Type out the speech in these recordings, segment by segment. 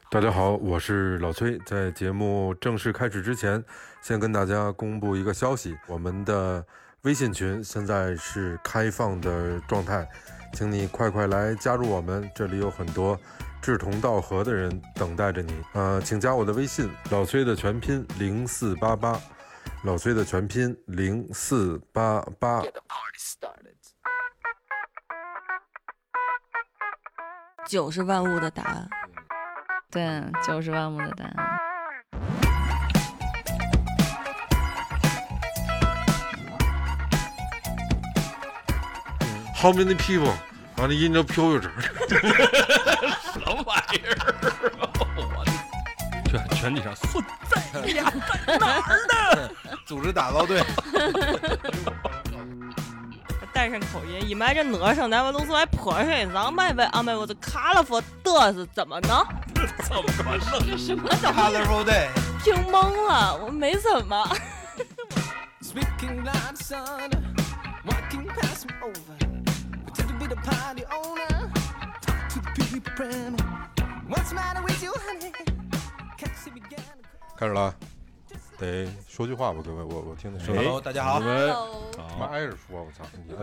大家好，我是老崔。在节目正式开始之前，先跟大家公布一个消息，我们的微信群现在是开放的状态，请你快快来加入我们，这里有很多志同道合的人等待着你。请加我的微信，老崔的全拼0488，老崔的全拼0488。 90万物的答案。 对，90万物的答案。 How many people？ 把你印着飘悠着。 什么玩意儿？我全体上孙子呀，在哪儿呢？ 组织打造队。 带上口音，一买这哪上咱们都是来泼水，咱买呗啊买我这卡拉佛的是怎么呢？ 怎么弄？ 这什么东西 Colorful Day， 听懵了，我没怎么。 开始了，得说句话吧，各位，我听得。 Hello， 大家好。 妈挨着说，我操！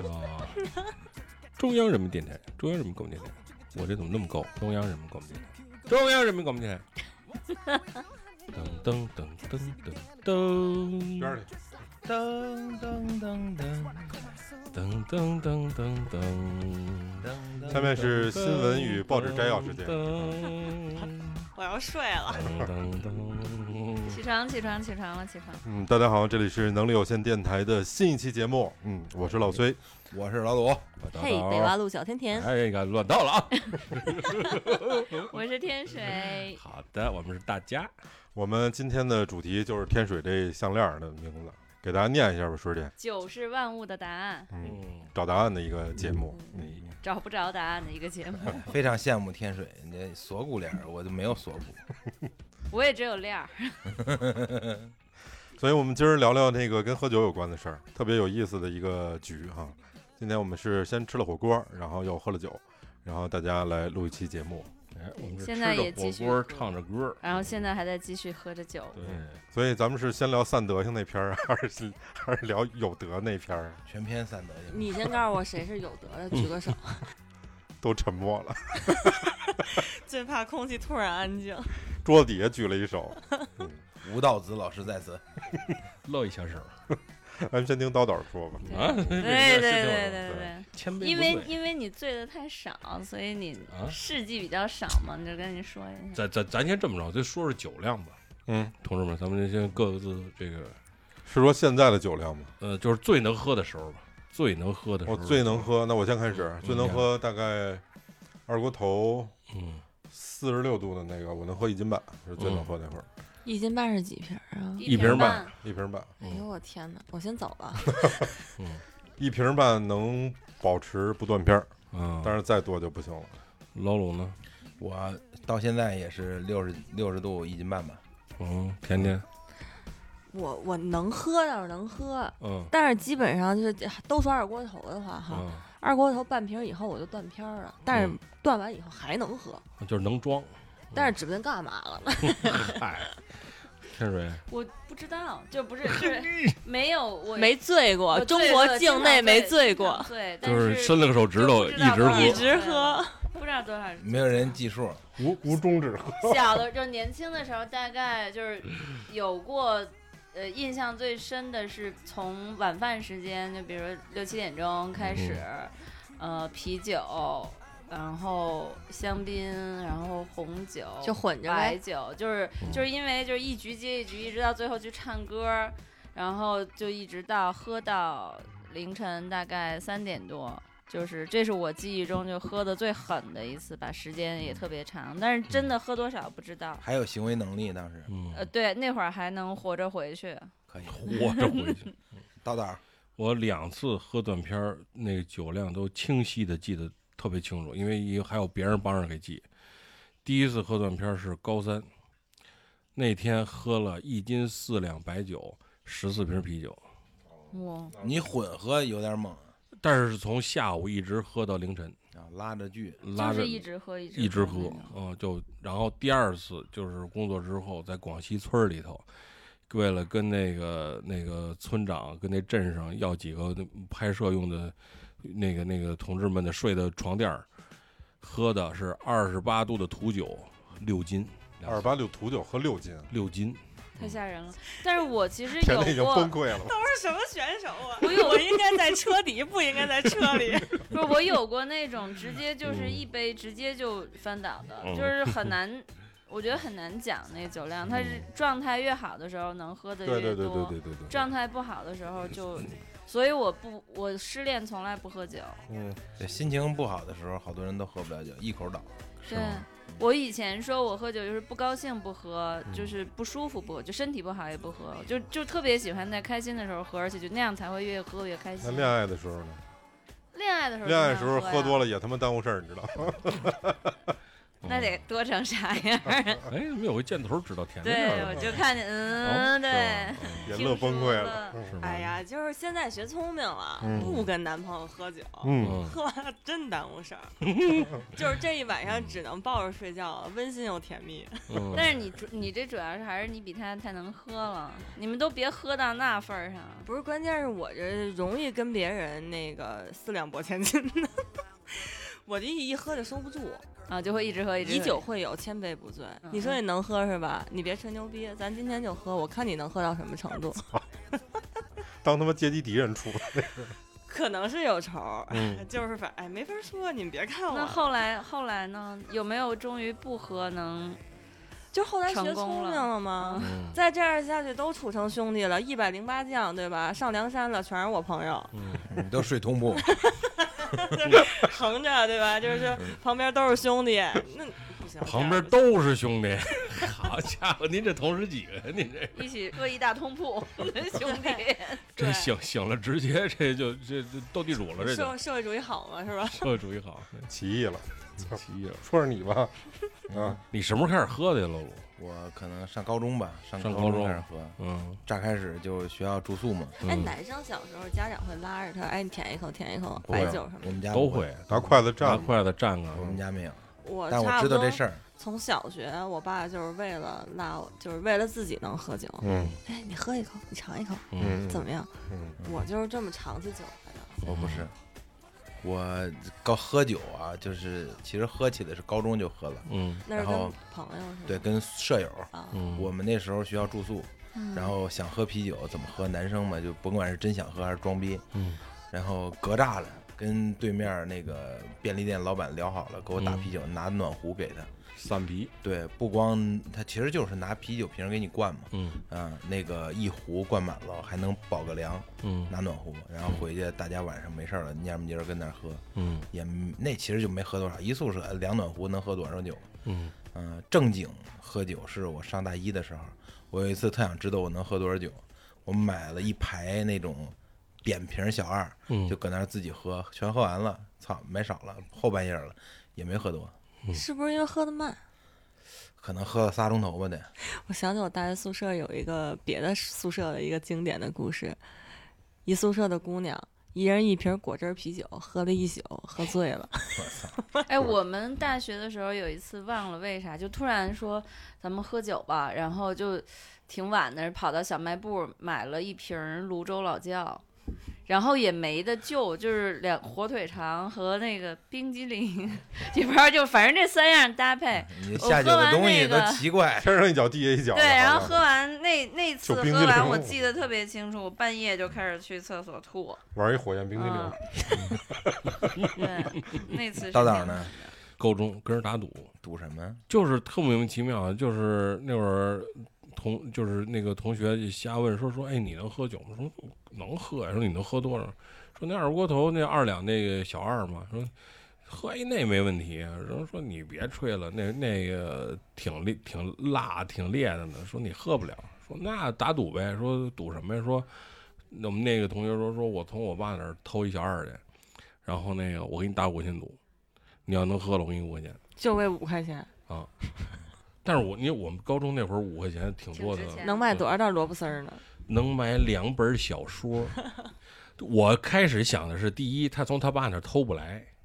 中央人民电台，中央人民广播电台，我这怎么那么高？中央人民广播电台，中央人民广播电台。噔噔噔噔噔噔， 边里。 噔噔噔噔噔噔噔噔。 下面是新闻与报纸摘要时间。 我要睡了。 起床了。 大家好，这里是能力有限电台的新一期节目。我是老崔， 我是老鲁。 嘿，北洼路小甜甜。 哎，该乱套了啊！ 我是天水。 好的，我们是大家。 我们今天的主题就是天水这项链的名字，给大家念一下吧，水姐。 90万物的答案。 找答案的一个节目。 找不着答案的一个节目。 非常羡慕天水，你这锁骨链我就没有锁骨。 我也只有链儿。 所以我们今儿聊聊那个跟喝酒有关的事儿，特别有意思的一个局哈。今天我们是先吃了火锅，然后又喝了酒，然后大家来录一期节目。 我们是现在也吃着火锅唱着歌， 然后现在还在继续喝着酒。 对， 所以咱们是先聊散德性那篇儿，还是聊有德那篇儿？ 全篇散德性。 你先告诉我谁是有德的，举个手。 都沉默了。 最怕空气突然安静。 桌子底下举了一手。 吴道子老师在此， 露一下手。 咱们先听叨叨说吧。 对， 谦卑不因对。 为你醉的太少，所以你事迹比较少嘛，就跟你说一下。 咱先这么着，就说说酒量吧。同志们，咱们先各自这个， 是说现在的酒量吗？ 就是最能喝的时候吧。最能喝的时候。 我最能喝，那我先开始。最能喝大概二锅头，46度的那个，我能喝1斤半，是最能喝那会儿。 1斤半是几瓶啊 ？1瓶半。 1瓶半。 哎呦我天哪！我先走了。 1瓶半能保持不断片儿，但是再多就不行了。 老鲁呢？ 我到现在也是60度1斤半吧。 甜甜。 我能喝倒是能喝，但是基本上就是都说二锅头的话哈，二锅头半瓶以后我就断片了，但是断完以后还能喝， 就是能装， 但是指不定干嘛了呢。 嗨，天水， 我不知道，就不是没有我没醉过，中国境内没醉过， 对， 就是伸了个手指头一直喝，不知道多少， 没有人计数， 无终止喝。 小的就年轻的时候，大概就是有过。印象最深的是从晚饭时间，就比如6、7点钟开始，啤酒，然后香槟，然后红酒， 就混着白酒，就是因为就是一局接一局，一直到最后去唱歌，然后就一直到喝到凌晨大概3点多。就是这是我记忆中就喝的最狠的一次，把时间也特别长，但是真的喝多少不知道。 还有行为能力当时， 对，那会儿还能活着回去， 可以活着回去。 叨叨， 我2次喝断片儿，那个酒量都清晰的记得特别清楚，因为还有别人帮着给记。第一次喝断片儿是高3，那天喝了1斤4两白酒，14瓶啤酒。 哇， 你混喝有点猛。 但是从下午一直喝到凌晨。 拉着剧， 就是一直喝， 就然后第二次就是工作之后，在广西村里头，为了跟那个村长跟那镇上要几个拍摄用的那个同志们的睡的床垫，喝的是28度的土酒6斤 ，28度土酒喝6斤。 太吓人了，但是我其实有过， 已经崩溃了。 都是什么选手啊？ 我应该在车底，不应该在车里。 不是，我有过那种直接就是一杯直接就翻倒的，就是很难，我觉得很难讲那个酒量。它是状态越好的时候能喝的越多，对，状态不好的时候就，所以我失恋从来不喝酒。 对，心情不好的时候，好多人都喝不了酒，一口倒。 对。我以前说我喝酒就是不高兴不喝，就是不舒服不喝，就身体不好也不喝，就特别喜欢在开心的时候喝，而且就那样才会越喝越开心。 那恋爱的时候呢？ 恋爱的时候喝多了也他妈耽误事儿，你知道吗？ 那得多成啥样？哎， 没有个箭头知道甜的。 对，我就看见，对， 也乐崩溃了。 哎呀，就是现在学聪明了，不跟男朋友喝酒，喝完了真耽误事儿。就是这一晚上只能抱着睡觉了，温馨又甜蜜。 但是你这主要是还是你比他太能喝了，你们都别喝到那份儿上。 不是，关键是我这容易跟别人那个4两拨千斤的。我这一喝就收不住啊，就会一直喝， 以酒会友，千杯不醉。你说你能喝是吧？你别吹牛逼，咱今天就喝，我看你能喝到什么程度。 当他妈阶级敌人出来， 可能是有仇，就是没法说，你们别看我。 那后来呢？有没有终于不喝能？ 就后来学聪明了吗？再这样下去都处成兄弟了，108将对吧？上梁山了，全是我朋友。 你都睡同铺。 横着对吧？就是旁边都是兄弟，那不行。 旁边都是兄弟，好家伙，您这同时几个？您这一起喝一大通铺，兄弟。 这醒了，直接这斗地主了，这社会主义好吗？是吧？ 社会主义好， 起义了， 说说你吧， 你什么时候开始喝的呀，露露？ 我可能上高中吧，上高中开始喝。乍开始就学校住宿嘛。 男生小时候家长会拉着他，你舔一口白酒什么的。 我们家都会拿筷子蘸啊。 我们家没有， 但我知道这事儿。 从小学，我爸就是为了拉我，就是为了自己能喝酒。你喝一口，你尝一口，怎么样？我就是这么尝起酒来的。 我不是。我喝酒啊，就是其实喝起来是高中就喝了， 然后朋友是吧？ 对，跟舍友，我们那时候学校住宿，然后想喝啤酒怎么喝？男生嘛，就甭管是真想喝还是装逼，然后隔栅栏跟对面那个便利店老板聊好了，给我打啤酒，拿暖壶给他。 散啤， 对，不光他其实就是拿啤酒瓶给你灌嘛，那个一壶灌满了还能保个凉，拿暖壶，然后回去大家晚上没事了蔫不唧跟那儿喝，也那其实就没喝多少，一宿舍2暖壶能喝多少酒？正经喝酒是我上大一的时候，我有一次特想知道我能喝多少酒，我买了一排那种扁瓶小2，就搁那儿自己喝，全喝完了，操，买少了，后半夜了也没喝多。 是不是因为喝得慢？ 可能喝了3钟头吧得。 我想起我大学宿舍有一个别的宿舍的一个经典的故事，一宿舍的姑娘一人一瓶果汁啤酒，喝了一宿，喝醉了。 我们大学的时候有一次忘了为啥，就突然说咱们喝酒吧，然后就挺晚的，跑到小卖部买了一瓶泸州老窖。然后也没得救，就是2火腿肠和那个冰激凌，一盘就反正这3样搭配。 你下酒的东西都奇怪， 天上一脚地下一脚。 对，然后喝完那次喝完，我记得特别清楚，我半夜就开始去厕所吐， 玩一火焰冰激凌。 对，那次到哪儿呢？ 高中跟人打赌， 赌什么？ 就是特莫名其妙，就是那会儿。就是那个同学就瞎问说，你能喝酒吗？说能喝呀。说你能喝多少？说那二锅头那2两那个小2嘛。说喝那没问题。然后说你别吹了，那个挺辣挺烈的呢。说你喝不了。说那打赌呗。说赌什么呀？说我们那个同学说我从我爸那儿偷一小2去，然后那个我给你打5块钱赌，你要能喝了我给你5块钱， 就为5块钱啊。但是我们高中那会儿5块钱挺多的， 能买多少袋萝卜丝呢？ 能买2本小说。我开始想的是，第一，他从他爸那儿偷不来；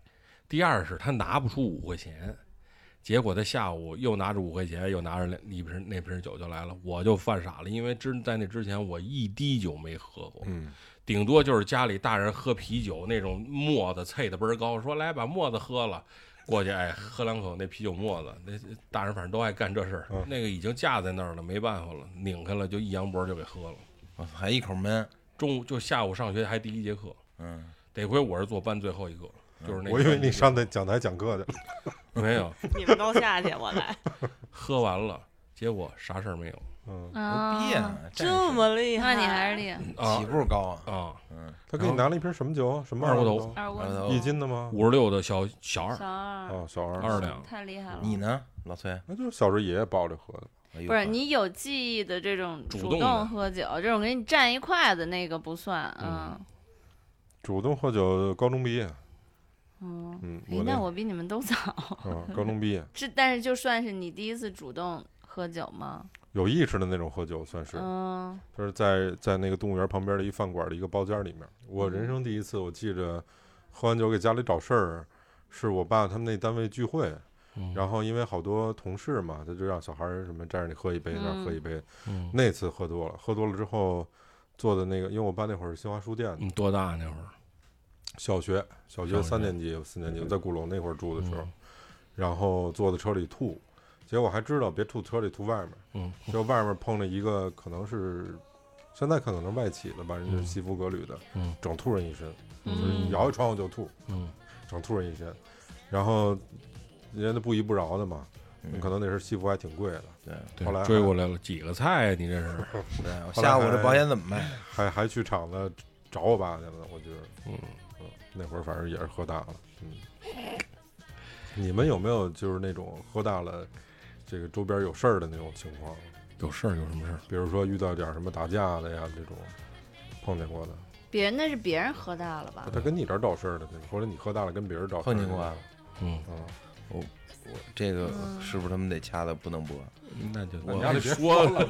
第二是他拿不出5块钱，结果他下午又拿着5块钱，又拿着那瓶酒就来了，我就犯傻了，因为在那之前我一滴酒没喝过，顶多就是家里大人喝啤酒那种沫子啐的倍儿高，说来把沫子喝了。过去喝2口那啤酒沫子，那大人反正都爱干这事儿。那个已经架在那儿了，没办法了，拧开了就一扬脖就给喝了， 还一口闷。 中午就下午上学还第1节课，得亏我是坐班最后一个，就是那。 我以为你上那讲台讲课去了， 没有， 你们都下去，我来。 喝完了，结果啥事儿没有。 牛逼啊！ 这么厉害， 那你还是厉害， 起步高啊！ 他给你拿了一瓶什么酒？什么二锅头 ？1斤的吗 ？56的小2。 小2 2两， 太厉害了。 你呢，老崔？ 那就是小时候爷爷抱着喝的。 不是你有记忆的这种主动喝酒，这种给你蘸一筷子那个不算。 主动喝酒，高中毕业。 那我比你们都早。 高中毕业。 但是就算是你第一次主动喝酒吗？ 有意识的那种喝酒算是，就是在那个动物园旁边的一饭馆的一个包间里面。我人生第一次，我记着喝完酒给家里找事儿，是我爸他们那单位聚会，然后因为好多同事嘛，他就让小孩什么站着你喝一杯，那喝一杯。那次喝多了之后做的那个，因为我爸那会儿是新华书店的。 多大那会儿？ 小学3年级4年级，我在鼓楼那会儿住的时候，然后坐在车里吐。结果还知道别吐车里，吐外面。就外面碰了一个，可能是现在可能是外企的吧，人家西服革履的，整吐人一身，就是摇一窗户就吐，整吐人一身。然后人家不依不饶的嘛，可能那时候西服还挺贵的。 对， 后来追过来了几个菜呀？你这是？ 对，下午这保险怎么卖？ 还去厂子找我爸去了，我觉得。那会儿反正也是喝大了。你们有没有就是那种喝大了？这个周边有事儿的那种情况， 有事儿有什么事儿？ 比如说遇到点什么打架的呀，这种碰见过的。 那是别人喝大了吧？ 他跟你这儿闹事儿的，或者你喝大了跟别人闹事儿。 碰见过啊？ 我这个是不是他们得掐的不能播？ 那就我家里别说了。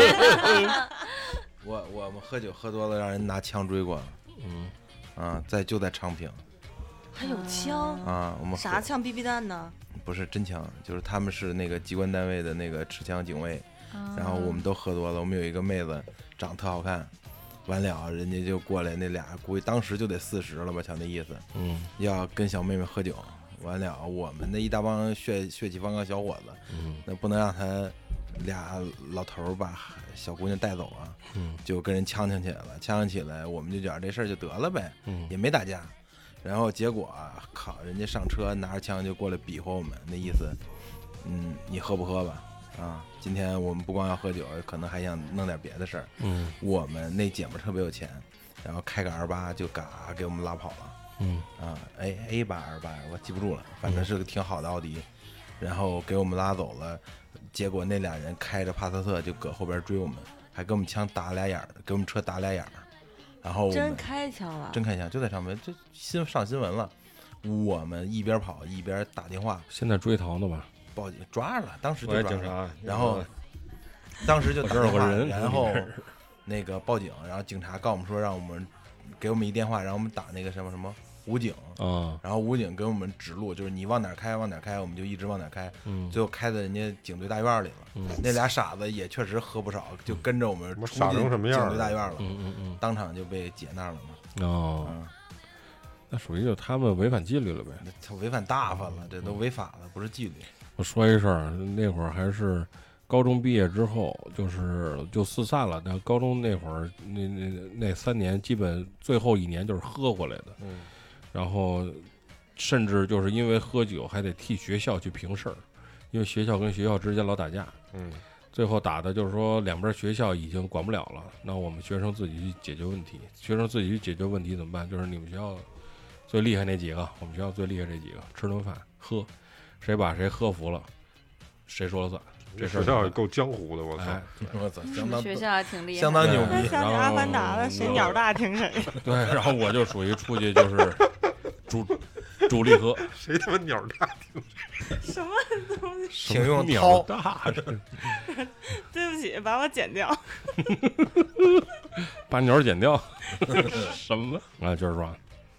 我们喝酒喝多了，让人拿枪追过。就在昌平。 还有枪啊？我们啥枪？BB弹呢？ 不是真枪，就是他们是那个机关单位的那个持枪警卫，然后我们都喝多了，我们有一个妹子长特好看，完了人家就过来，那俩估计当时就得40了吧，瞧那意思，要跟小妹妹喝酒，完了我们那一大帮血气方刚小伙子，那不能让他俩老头把小姑娘带走啊，就跟人呛起来了，呛起来我们就觉得这事儿就得了呗，也没打架。然后结果靠，人家上车拿着枪就过来比划我们，那意思，你喝不喝吧？今天我们不光要喝酒，可能还想弄点别的事儿。我们那姐们特别有钱，然后开个28就嘎给我们拉跑了。A8 28我记不住了，反正是个挺好的奥迪，然后给我们拉走了。结果那俩人开着帕萨特就搁后边追我们，还给我们枪打俩眼儿，给我们车打俩眼儿。然后真开枪了， 真开枪，就在上面，就上新闻了。我们一边跑一边打电话， 现在追逃呢吧？ 报警抓着了，当时就抓着， 然后当时就打电话，然后那个报警，然后警察告我们说让我们给我们一电话，让我们打那个什么武警然后武警给我们指路，就是你往哪开往哪开，我们就一直往哪开，最后开在人家警队大院里了。那俩傻子也确实喝不少，就跟着我们傻成什么样？ 警队大院了，当场就被解那了嘛。 那属于就他们违反纪律了呗？ 他违反大发了，这都违法了，不是纪律。 我说一声，那会儿还是高中毕业之后，就四散了。那高中那会儿，那3年，基本最后1年就是喝回来的。然后甚至就是因为喝酒还得替学校去评事儿，因为学校跟学校之间老打架。最后打的就是说两边学校已经管不了了，那我们学生自己去解决问题。学生自己去解决问题怎么办？就是你们学校最厉害那几个，我们学校最厉害这几个，吃顿饭喝，谁把谁喝服了，谁说了算。这学校也够江湖的，我操！ 我操，相当学校还挺厉害， 相当牛逼。 想起阿凡达了，谁鸟大听谁。 对，然后我就属于出去就是主力喝， 谁他妈鸟大听谁？什么东西？ 请用鸟大。 对不起，把我剪掉。 把鸟剪掉。什么？就是说，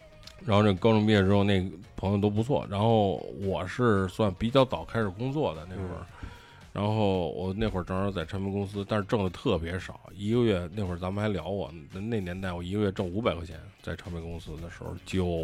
然后这高中毕业之后，那个朋友都不错。然后我是算比较早开始工作的那会儿，然后我那会儿正好在唱片公司，但是挣的特别少，一个月那会儿咱们还聊过，那年代我一个月挣500块钱，在唱片公司的时候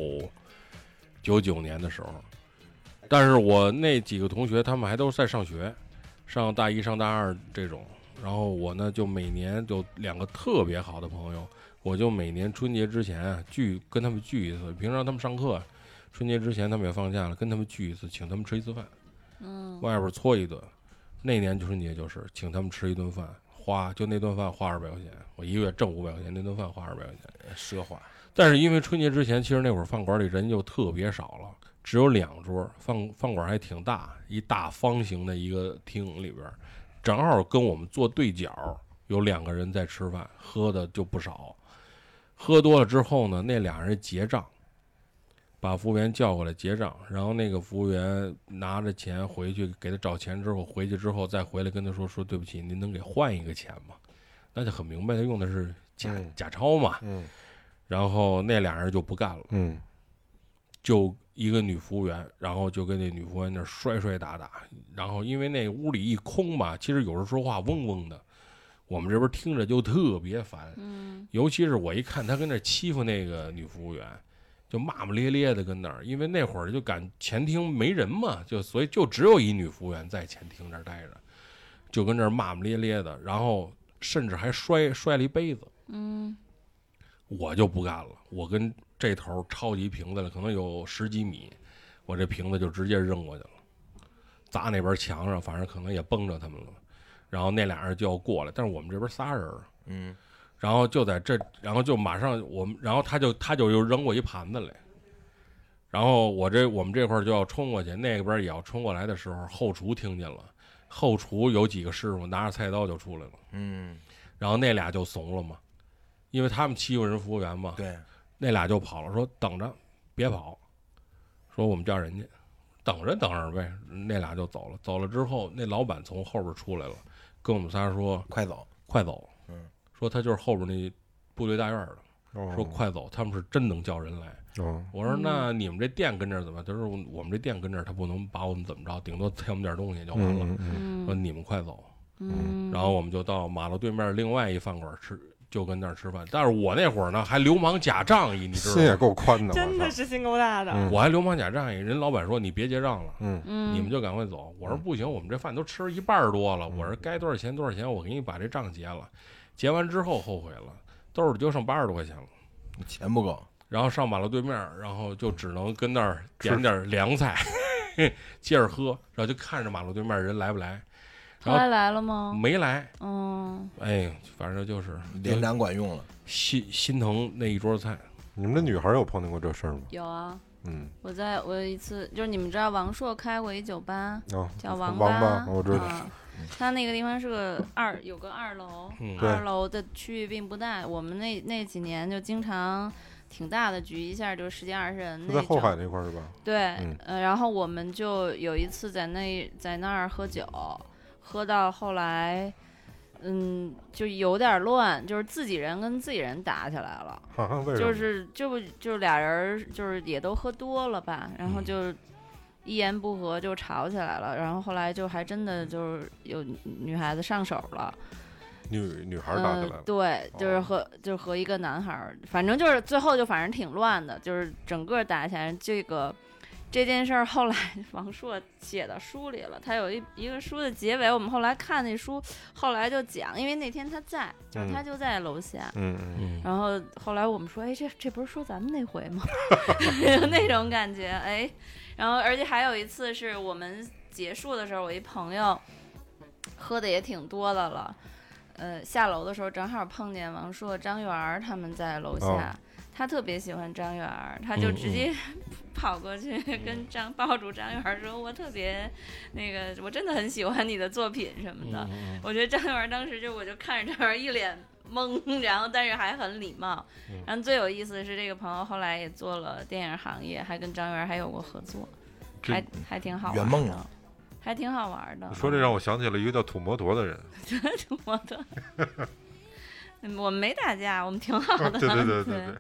，99年的时候。但是我那几个同学他们还都是在上学，上大一上大二这种。然后我呢就每年就2个特别好的朋友。我就每年春节之前跟他们聚一次，平常他们上课，春节之前他们也放假了，跟他们聚一次，请他们吃一次饭，外边搓一顿。那年春节就是请他们吃一顿饭，就那顿饭花200块钱，我一个月挣500块钱，那顿饭花200块钱， 奢华。 但是因为春节之前，其实那会儿饭馆里人就特别少了，只有2桌，饭馆还挺大，一大方形的一个厅里边，正好跟我们坐对角，有2个人在吃饭，喝的就不少。喝多了之后呢，那2人结账，把服务员叫过来结账，然后那个服务员拿着钱回去给他找钱之后，回去之后再回来跟他说对不起，您能给换一个钱吗？那就很明白，他用的是假钞嘛。然后那2人就不干了。就一个女服务员，然后就跟那女服务员那摔打打，然后因为那屋里一空嘛，其实有时候说话嗡嗡的。我们这边听着就特别烦，尤其是我一看他跟那欺负那个女服务员，就骂骂咧咧的跟那儿，因为那会儿就前厅没人嘛，所以就只有一女服务员在前厅那儿待着，就跟那儿骂骂咧咧的，然后甚至还摔了一杯子。我就不干了，我跟这头超级瓶子了，可能有10几米，我这瓶子就直接扔过去了，砸那边墙上，反正可能也崩着他们了。然后那2人就要过来，但是我们这边仨人，然后就在这，然后就马上然后他就又扔过一盘子来，然后我们这块就要冲过去，那边也要冲过来的时候，后厨听见了，后厨有几个师傅拿着菜刀就出来了，然后那俩就怂了嘛，因为他们欺负人服务员嘛， 对， 那俩就跑了，说等着，别跑，说我们叫人家，等着呗，那俩就走了，走了之后，那老板从后边出来了。跟我们仨说快走， 说他就是后边那部队大院的，说快走，他们是真能叫人来。我说那你们这店跟这儿怎么？他说我们这店跟这儿，他不能把我们怎么着，顶多欠我们点东西就完了。说你们快走，然后我们就到马路对面另外一饭馆吃，就跟那儿吃饭。但是我那会儿呢还流氓假仗义，你知道吗？ 心也够宽的， 真的是心够大的。 我还流氓假仗义，人老板说你别结账了，你们就赶快走。我说不行，我们这饭都吃1半多了，我说该多少钱，我给你把这账结了。结完之后后悔了，兜里就剩80多块钱了， 钱不够。 然后上马路对面，然后就只能跟那儿点点凉菜，接着喝，然后就看着马路对面人来不来。 后来来了吗？ 没来。哎，反正就是连长管用了， 心疼那一桌菜。 你们这女孩有碰见过这事儿吗？ 有啊。我有一次，就是你们知道王朔开过一酒吧，叫王八，我知道。 他那个地方是有个2楼，2楼的区域并不大。我们那几年就经常挺大的局，一下就10几20人那种。 在后海那块是吧？ 对，然后我们就有一次在那儿喝酒。喝到后来，就有点乱，就是自己人跟自己人打起来了，就俩人就是也都喝多了吧，然后就一言不合就吵起来了，然后后来就还真的就是有女孩子上手了， 女孩打起来了， 对，就是和一个男孩，反正就是最后就反正挺乱的，就是整个打起来这件事儿后来王朔写到书里了，他有一个书的结尾，我们后来看那书，后来就讲，因为那天他在，就是他就在楼下，然后后来我们说，哎，这不是说咱们那回吗？那种感觉，哎，然后而且还有一次是我们结束的时候，我一朋友喝的也挺多的了，下楼的时候正好碰见王朔、张元他们在楼下。他特别喜欢张元，他就直接跑过去跟抱住张元说：“我特别我真的很喜欢你的作品什么的。”我觉得张元当时我就看着张元一脸懵，然后但是还很礼貌。然后最有意思的是，这个朋友后来也做了电影行业，还跟张元还有过合作，还挺好玩的。圆梦了。还挺好玩的。 你说这让我想起了一个叫土摩托的人。 土摩托。我们没打架，我们挺好的。 对。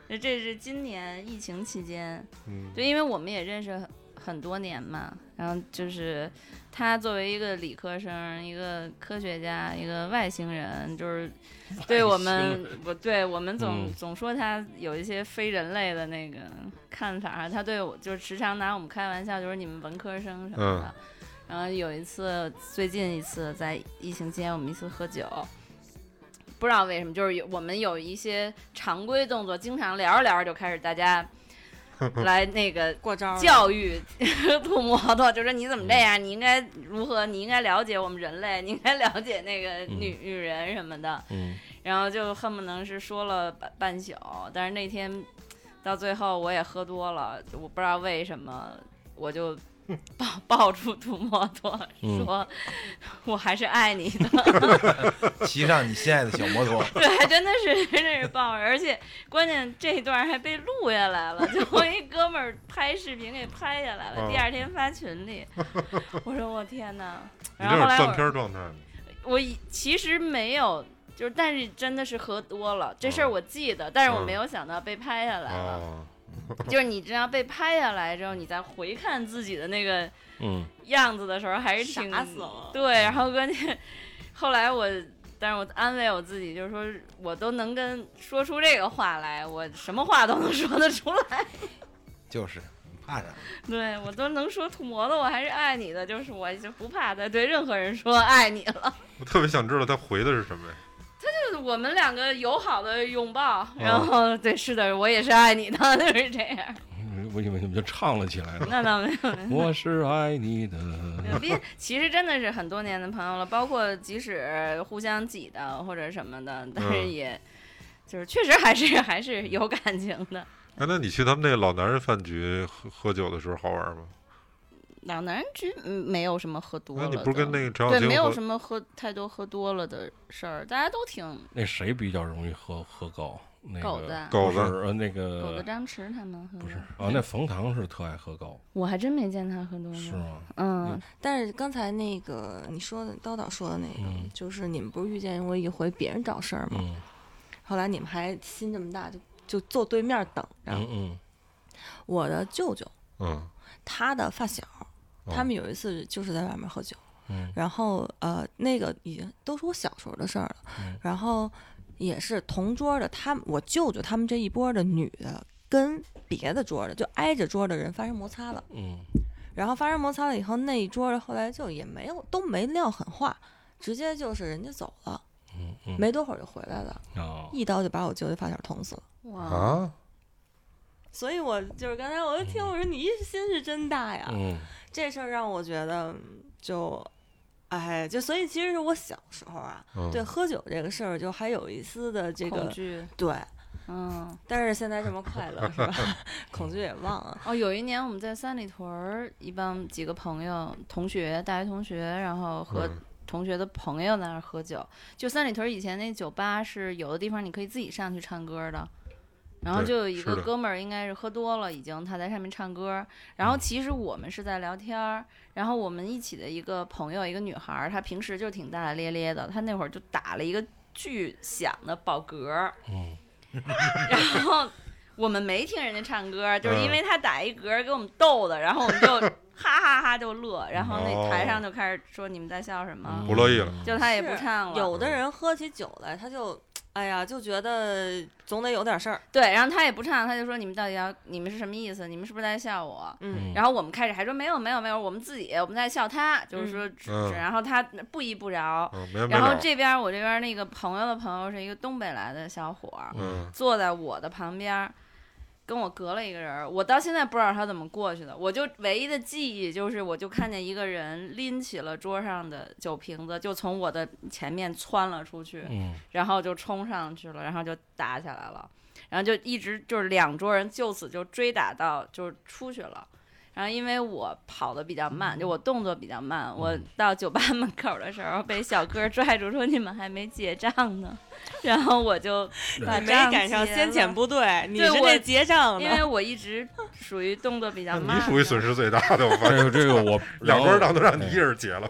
这是今年疫情期间，就因为我们也认识很多年嘛，然后就是他作为一个理科生，一个科学家，一个外星人，就是对我们总说他有一些非人类的那个看法，他对我就是时常拿我们开玩笑，就是你们文科生什么的。然后有一次，最近一次在疫情期间，我们一次喝酒，不知道为什么，就是我们有一些常规动作，经常聊着聊着就开始大家来那个过招教育吐摩托，就说你怎么这样，你应该如何，你应该了解我们人类，你应该了解那个女人什么的。然后就恨不能是说了半宿，但是那天到最后我也喝多了，我不知道为什么我就抱住土摩托说我还是爱你的骑上你心爱的小摩托对，真的是抱着，而且关键这一段还被录下来了，就我一哥们儿拍视频给拍下来了，第二天发群里我说我天哪，然后后来断片状态我其实没有，就是但是真的是喝多了，这事儿我记得，但是我没有想到被拍下来了就是你这样被拍下来之后，你再回看自己的那个样子的时候，还是挺傻死了。 对，然后关键后来但是我安慰我自己，就是说我都能说出这个话来，我什么话都能说得出来。 就是怕啥？对， 我都能说土摩托，我还是爱你的，就是我就不怕再对任何人说爱你了。 我特别想知道他回的是什么呀？ 他就是我们两个友好的拥抱，然后对，是的，我也是爱你的，就是这样。 我以为你们就唱了起来了。 那倒没有。 我是爱你的。 其实真的是很多年的朋友了，包括即使互相挤的或者什么的，但是也就是确实还是有感情的。 那你去他们那个老男人饭局喝酒的时候好玩吗？ 老男人局没有什么喝多了的， 那你不是跟那个张小对，没有什么太多喝多了的事儿，大家都挺。 那谁比较容易喝高？那个狗子那个狗子张弛他们喝不是那冯唐是特爱喝高， 我还真没见他喝多。 是吗？ 但是刚才那个你说的叨叨说的那个，就是你们不是遇见过一回别人找事儿吗？后来你们还心这么大，就坐对面等着。我的舅舅，他的发小。他们有一次就是在外面喝酒，然后那个已经都是我小时候的事儿了，然后也是同桌的我舅舅他们这一波的女的跟别的桌的就挨着桌的人发生摩擦了，然后发生摩擦了以后，那一桌的后来就也都没撂狠话，直接就是人家走了，没多会儿就回来了，一刀就把我舅舅发小捅死了。 哇！ 所以我就是刚才我就听我说你心是真大呀。这事儿让我觉得就所以其实是我小时候啊，对喝酒这个事儿就还有一丝的这个恐惧， 对，但是现在这么快乐是吧？恐惧也忘了。 有一年我们在三里屯几个朋友大学同学，然后和同学的朋友在那儿喝酒。就三里屯以前那酒吧是有的地方你可以自己上去唱歌的。然后就有一个哥们儿，应该是喝多了已经，他在上面唱歌。然后其实我们是在聊天，然后我们一起的一个朋友，一个女孩，她平时就挺大大咧咧的，她那会儿就打了一个巨响的饱嗝，然后我们没听人家唱歌，就是因为她打一嗝给我们逗的，然后我们就哈哈哈就乐，然后那台上就开始说你们在笑什么， 不乐意了， 就他也不唱了。 有的人喝起酒来，他就就觉得总得有点事儿。 对，然后他也不唱，他就说你们到底你们是什么意思？你们是不是在笑我？然后我们开始还说没有，我们我们在笑他，就是说然后他不依不饶。然后我这边那个朋友的朋友是一个东北来的小伙，坐在我的旁边。跟我隔了一个人，我到现在不知道他怎么过去的。我就唯一的记忆就是，我就看见一个人拎起了桌上的酒瓶子，就从我的前面窜了出去，然后就冲上去了，然后就打起来了，然后就一直就是两桌人就此就追打到就出去了。然后因为我跑得比较慢，就我动作比较慢，我到酒吧门口的时候被小哥拽住说你们还没结账呢，然后我就把没赶上先遣部队，你是这结账的， 因为我一直属于动作比较慢， 你属于损失最大的，我发现这个我两波账都让你一人结了。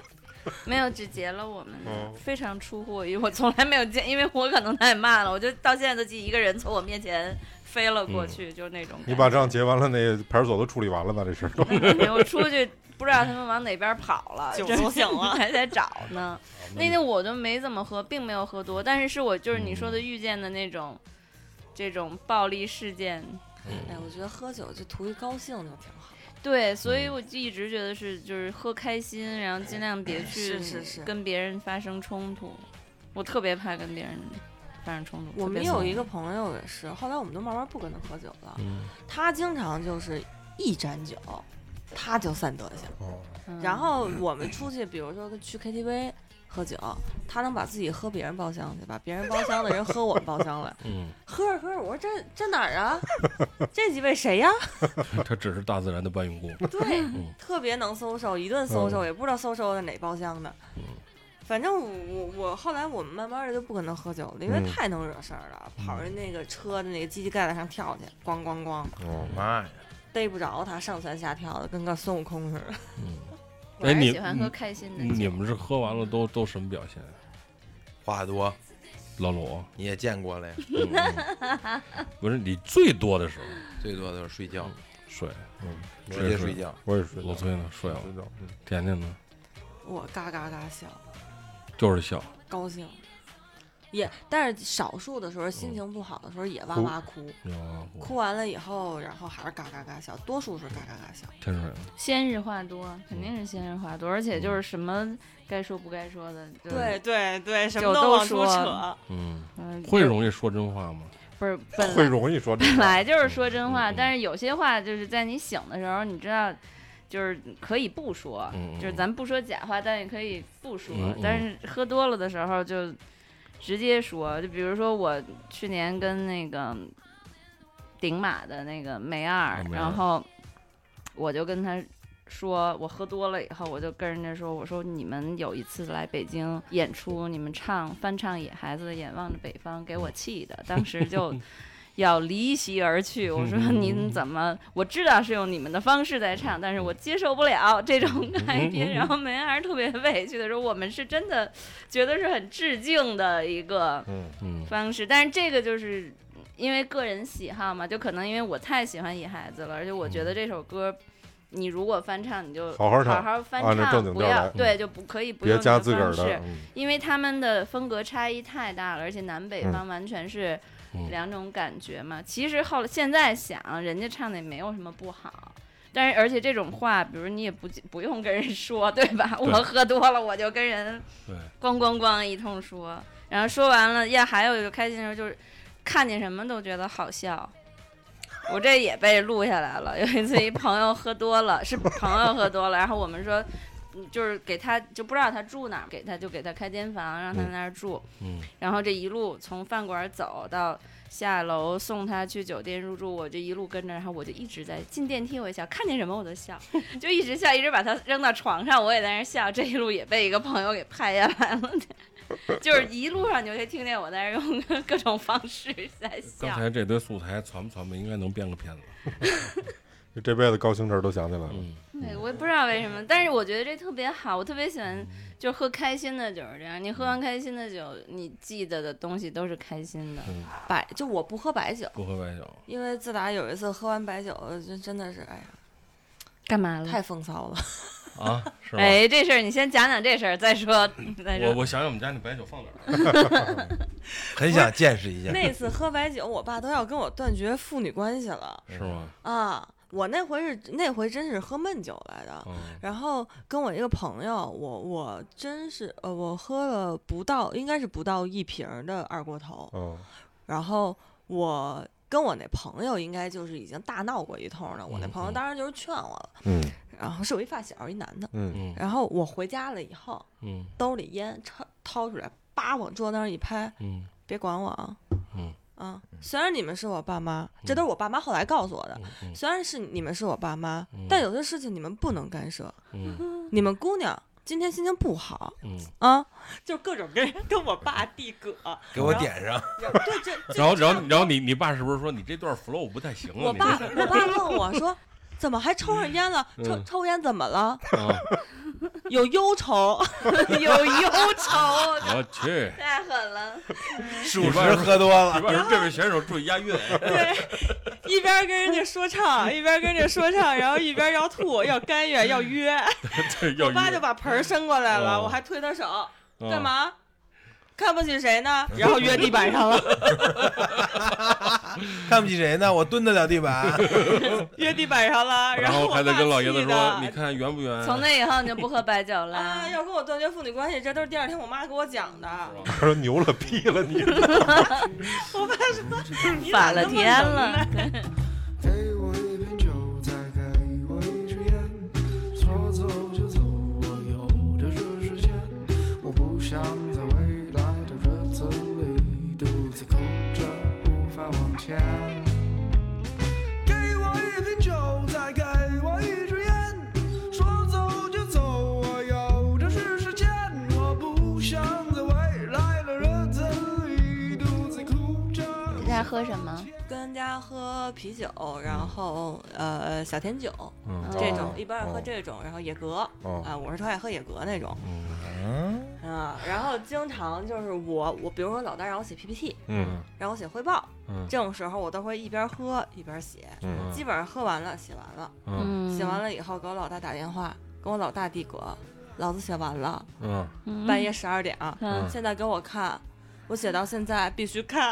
没有，只截了我们非常出乎于我从来没有见，因为我可能太慢了，我就到现在都记一个人从我面前飞了过去，就那种。 你把账结完了，那派出所都处理完了吧？这事儿。 我出去不知道他们往哪边跑了， 酒都醒了， 还在找呢。那天我就没怎么喝，并没有喝多，但是我就是你说的遇见的那种，这种暴力事件。 哎，我觉得喝酒就图一高兴就挺好。 对，所以我一直觉得就是喝开心，然后尽量别去跟别人发生冲突。我特别怕跟别人发生冲突。 我们有一个朋友也是，后来我们都慢慢不跟他喝酒了。他经常就是一沾酒，他就散德行。然后我们出去，比如说去 KTV 喝酒，他能把自己喝别人包厢去，把别人包厢的人喝我们包厢来。喝着喝着，我说这哪儿啊？这几位谁呀？ 他只是大自然的搬运工。 对，特别能搜手，一顿搜手，也不知道搜手在哪包厢的。反正我后来我们慢慢的就不跟他喝酒了，因为太能惹事儿了，跑人那个车的那个机器盖子上跳去，咣咣咣。 妈呀！ 逮不着他，上蹿下跳的，跟个孙悟空似的。 我还是喜欢喝开心的酒。 你们是喝完了都什么表现？ 话多。 老鲁， 你也见过了呀？ 不是你最多的时候， 最多的是睡觉， 睡， 直接睡觉。 我也睡。 老崔呢？睡了。甜甜呢？ 我嘎嘎嘎笑， 就是笑， 高兴。但是少数的时候心情不好的时候也哇哇哭，哭完了以后，然后还是嘎嘎嘎笑，多数是嘎嘎嘎笑。 天水鲜日话多，肯定是鲜日话多，而且就是什么该说不该说的， 对对对，什么都往出扯。 会容易说真话吗？ 不是， 会容易说真话， 本来就是说真话，但是有些话就是在你醒的时候，你知道。就是可以不说，就是咱不说假话，但也可以不说。但是喝多了的时候就直接说，就比如说我去年跟那个顶马的那个梅二，然后我就跟他说，我喝多了以后，我就跟人家说，我说你们有一次来北京演出，你们翻唱《野孩子的眼望着北方》，给我气的，当时就。要离席而去，我说您怎么？我知道是用你们的方式在唱，但是我接受不了这种改编。然后梅还是特别委屈的说，我们是真的觉得是很致敬的一个方式，但是这个就是因为个人喜好嘛，就可能因为我太喜欢野孩子了，而且我觉得这首歌。你如果翻唱，你就好好翻唱，不要对，就不可以不用别加自个儿的， 因为他们的风格差异太大了，而且南北方完全是两种感觉嘛。其实现在想，人家唱的也没有什么不好，但是而且这种话，比如你也不用跟人说，对吧？我喝多了，我就跟人咣咣咣一通说，然后说完了，还有一个开心的时候，就是看见什么都觉得好笑。我这也被录下来了。有一次一朋友喝多了，是朋友喝多了，然后我们说，就是给他就不知道他住哪儿，给他开间房，让他在那儿住。然后这一路从饭馆走到下楼送他去酒店入住，我这一路跟着，然后我就一直在进电梯，我也笑，看见什么我都笑，就一直笑，一直把他扔到床上，我也在那儿笑。这一路也被一个朋友给拍下来了。就是一路上你就可以听见我在这用各种方式在笑。 刚才这堆素材传不传吧，应该能编个片子。 这辈子高兴事都想起来了。 对，我也不知道为什么，但是我觉得这特别好，我特别喜欢，就喝开心的酒是这样。你喝完开心的酒，你记得的东西都是开心的。 就我不喝白酒， 不喝白酒， 因为自打有一次喝完白酒，真的是哎呀， 干嘛了？ 太风骚了。 啊，是吧？ 哎，这事儿你先讲讲这事儿，再说。 我想想我们家那白酒放哪儿？ 很想见识一下。 那次喝白酒，我爸都要跟我断绝父女关系了。 是吗？ 啊，我那回真是喝闷酒来的。然后跟我一个朋友，我真是我喝了应该是不到1瓶的二锅头。然后我跟我那朋友应该就是已经大闹过一通了。我那朋友当然就是劝我了。然后是我一发小，一男的。然后我回家了以后，兜里烟掏出来，叭往桌子上一拍，别管我啊。虽然你们是我爸妈，这都是我爸妈后来告诉我的。虽然是你们是我爸妈，但有些事情你们不能干涉。你们姑娘今天心情不好，就各种跟我爸递葛， 给我点上。 对，然后你爸是不是说你这段 flow 不太行啊？ 我爸问我说。怎么还抽上烟了？抽烟怎么了？ 有忧愁， 有忧愁， 我去， 太狠了。 属实喝多了。 里边这位选手注意押韵。 对，一边跟人家说唱，一边跟人家说唱，然后一边要吐，要干哕，要约。我爸就把盆伸过来了，我还推他手，干嘛？看不起谁呢？然后约地板上了。 看不起谁呢？我蹲得了地板。 约地板上了， 然后还得跟老爷子说，你看圆不圆？ 从那以后你就不喝白酒了。 啊，要跟我断绝父女关系，这都是第二天我妈给我讲的。 他说牛了屁了你。 我爸说你反了天了。 给我一瓶酒，再给我一支烟，说走就走，我有的是时间，我不想在未来的日子里独自哭着无法往前。给我一瓶酒，再给我一支烟，说走就走，我有的是时间，我不想在未来的日子里独自哭着。 你在喝什么？ 跟人家喝啤酒，然后小甜酒，这种一般喝这种，然后野格，我是特爱喝野格那种，然后经常就是我比如说老大让我写 PPT，让我写汇报，这种时候我都会一边喝一边写，基本上喝完了写完了，写完了以后给我老大打电话，跟我老大递格，老子写完了，半夜12点，现在给我看。我写到现在必须看，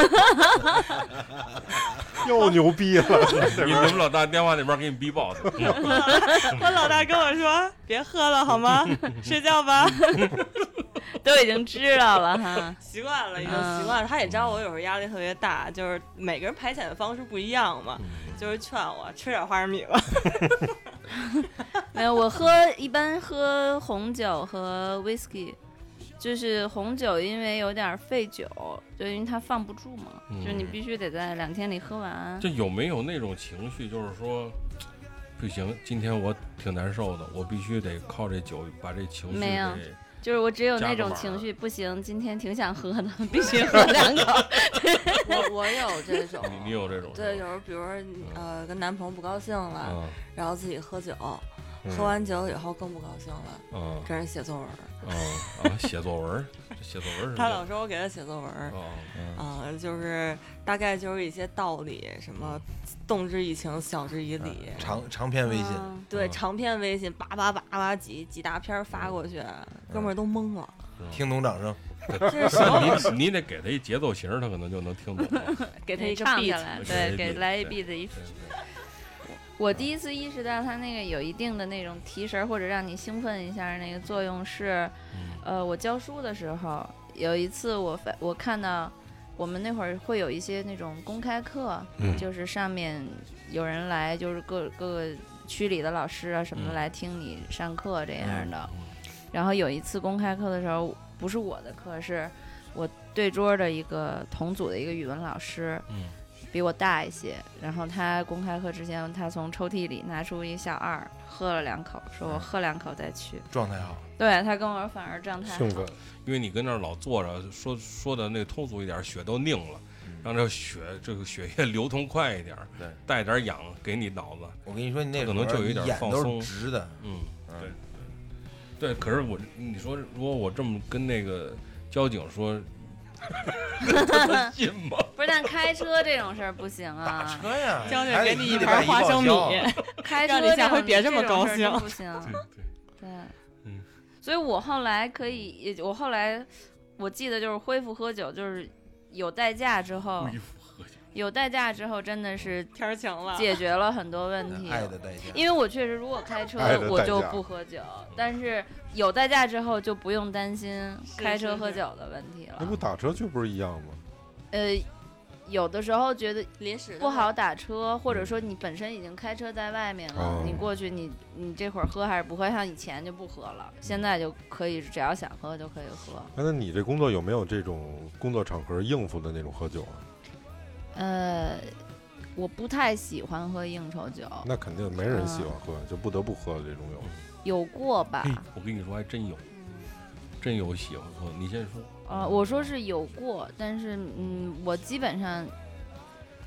又牛逼了！ 你们老大电话那边给你逼爆的。 我老大跟我说：“别喝了好吗？睡觉吧。” 都已经知道了哈， 习惯了，已经习惯了。他也知道我有时候压力特别大，就是每个人排遣的方式不一样嘛，就是劝我吃点花生米吧。 没有，我一般喝红酒和 whisky。就是红酒，因为有点费酒，就因为它放不住嘛，就你必须得在2天里喝完。 就有没有那种情绪，就是说，不行，今天我挺难受的，我必须得靠这酒把这情绪没有，就是我只有那种情绪，不行，今天挺想喝的，必须喝2口。 我有这种， 你有这种？ 对，有时候比如说跟男朋友不高兴了，然后自己喝酒。喝完酒以后更不高兴了，跟人写作文。 写作文，写作文是。 他老说我给他写作文，就是大概就是一些道理，什么动之以情，晓之以理。 长篇微信， 对，长篇微信，叭几大篇发过去，哥们儿都懵了。 听懂掌声。 这是什么？ 你得给他一节奏型，他可能就能听懂。 给他一个唱下来，对，给来一 beat 一。我第一次意识到它那个有一定的那种提神或者让你兴奋一下那个作用是，我教书的时候有一次我看到我们那会儿会有一些那种公开课，就是上面有人来，就是各个区里的老师啊什么的来听你上课这样的。然后有一次公开课的时候，不是我的课，是我对桌的一个同组的一个语文老师。比我大一些，然后他公开课之前，他从抽屉里拿出一小2，喝了2口，说我喝2口再去。 状态好。 对，他跟我说反而状态好。 兴奋， 因为你跟那儿老坐着，说的那个通俗一点，血都凝了，让这个血液流通快一点， 对， 带点氧给你脑子。 我跟你说，你那可能就有一点放松， 眼都是直的。 对。可是你说，如果我这么跟那个交警说。信吗？ 不是，但开车这种事儿不行啊。 打车呀， 交警给你一盘花生米， 开车让你下回别这么高兴。 不行。对，所以我后来我记得就是恢复喝酒，就是有代驾之后，真的是天晴了， 解决了很多问题。 爱的代驾。 因为我确实如果开车我就不喝酒，但是有代驾之后就不用担心开车喝酒的问题了。 那不打车就不是一样吗？ 有的时候觉得临时不好打车，或者说你本身已经开车在外面了，你过去你这会儿喝还是不喝？像以前就不喝了，现在就可以，只要想喝就可以喝。 那你这工作有没有这种工作场合应付的那种喝酒啊？ 我不太喜欢喝应酬酒。 那肯定没人喜欢喝，就不得不喝的这种有过吧？ 我跟你说还真有，真有喜欢喝。你先说。 我说是有过，但是我基本上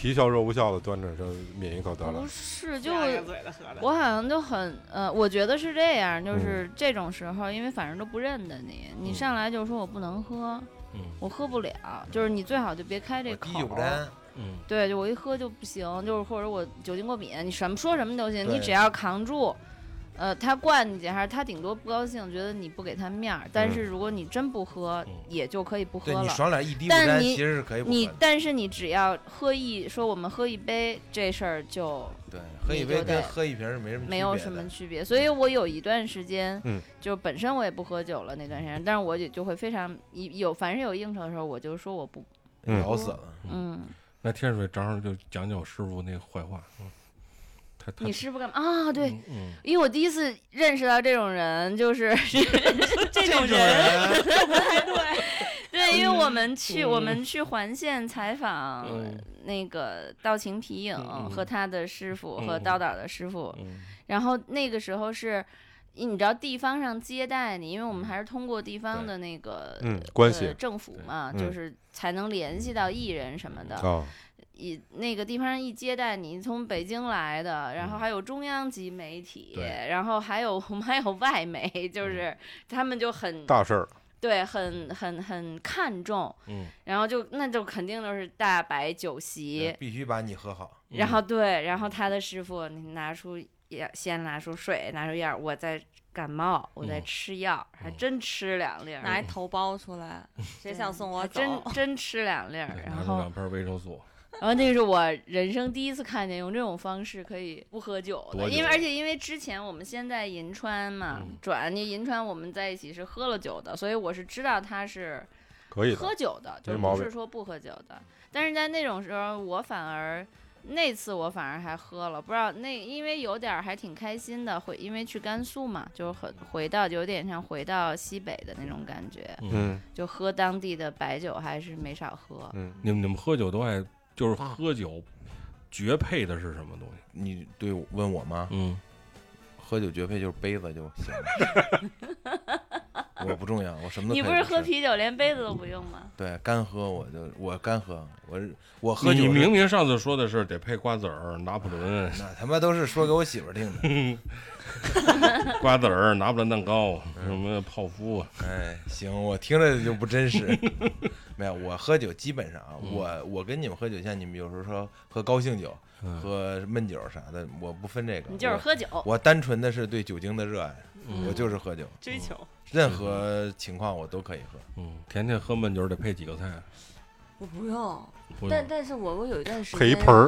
皮笑肉不笑的端着就抿一口得了。 不是，就我好像就很我觉得是这样，就是这种时候，因为反正都不认得你，你上来就说我不能喝，我喝不了，就是你最好就别开这口。 滴酒不沾。 对，就我一喝就不行，就是或者我酒精过敏，你什么说什么都行，你只要扛住。他惯你还是他顶多不高兴，觉得你不给他面儿。但是如果你真不喝，也就可以不喝了。 对，你爽脸一滴不沾，其实是可以不喝的。 但是你只要说我们喝一杯，这事儿就对，喝一杯跟喝一瓶是没有什么区别。所以我有一段时间，就本身我也不喝酒了那段时间，但是我也就会非常凡是有应酬的时候，我就说我不， 咬死了。 那天水正好就讲讲我师傅那坏话。 你师傅干嘛啊？对，因为我第一次认识到这种人，就是这种人，对，因为我们去环县采访那个道情皮影和他的师傅和刀导的师傅，然后那个时候是。你知道地方上接待你，因为我们还是通过地方的那个关系政府嘛，就是才能联系到艺人什么的。那个地方上一接待你，从北京来的，然后还有中央级媒体，然后我们还有外媒，就是他们就很大事儿， 对，很看重，然后那就肯定都是大摆酒席， 必须把你喝好。 然后对，然后他的师傅你先拿出水，拿出药，我在感冒，我在吃药，还真吃2粒， 拿一头孢出来，谁想送我走？ 真吃2粒，然后 2片维生素。 然后那是我人生第一次看见用这种方式可以不喝酒的，而且因为之前我们先在银川嘛，你银川我们在一起是喝了酒的，所以我是知道他是可以喝酒的，就不是说不喝酒的。但是在那种时候，那次我反而还喝了，不知道因为有点还挺开心的，因为去甘肃嘛，就回到有点像回到西北的那种感觉，就喝当地的白酒还是没少喝。 你们喝酒都爱就是喝酒绝配的是什么东西？ 你对问我吗？喝酒绝配就是杯子就行了。我不重要，我什么都可以。 你不是喝啤酒连杯子都不用吗？ 对，干喝我干喝，我喝酒。 你明明上次说的是得配瓜子儿、拿破仑， 那他妈都是说给我媳妇听的。 瓜子儿、拿破仑蛋糕，什么泡芙啊？ 哎，行，我听着就不真实。没有，我喝酒基本上我跟你们喝酒，像你们有时候说喝高兴酒、喝闷酒啥的，我不分这个。 你就是喝酒。 我单纯的是对酒精的热爱，我就是喝酒， 追求。 任何情况我都可以喝。 甜甜喝闷酒得配几个菜？ 我不用，但是我有一段时间配一盆儿，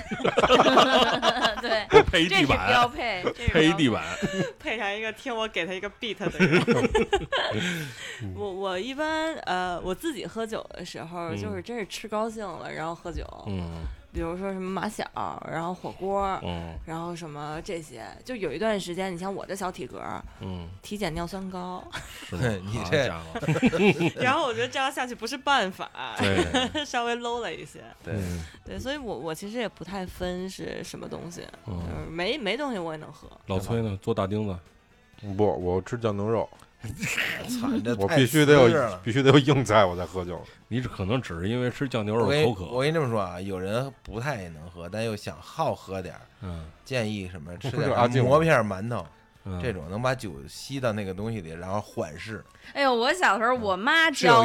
对， 配一地板， 这是标配， 配一地板， 配上一个听我给他一个 beat 的人。我一般我自己喝酒的时候，就是真是吃高兴了，然后喝酒。比如说什么马小，然后火锅，然后什么这些，就有一段时间，你像我这小体格，体检尿酸高， 你这家伙， 然后我觉得这样下去不是办法，稍微 low 了一些，对，所以我其实也不太分是什么东西，就是没东西我也能喝。 老崔呢，做大钉子？ 不，我吃酱牛肉。我必须得有硬菜我才喝酒。 你可能只是因为吃酱牛肉口渴。 我跟你这么说啊，有人不太能喝，但又想好喝点建议什么吃点馍片馒头，这种能把酒吸到那个东西里，然后缓释。 哎呦，我小时候我妈教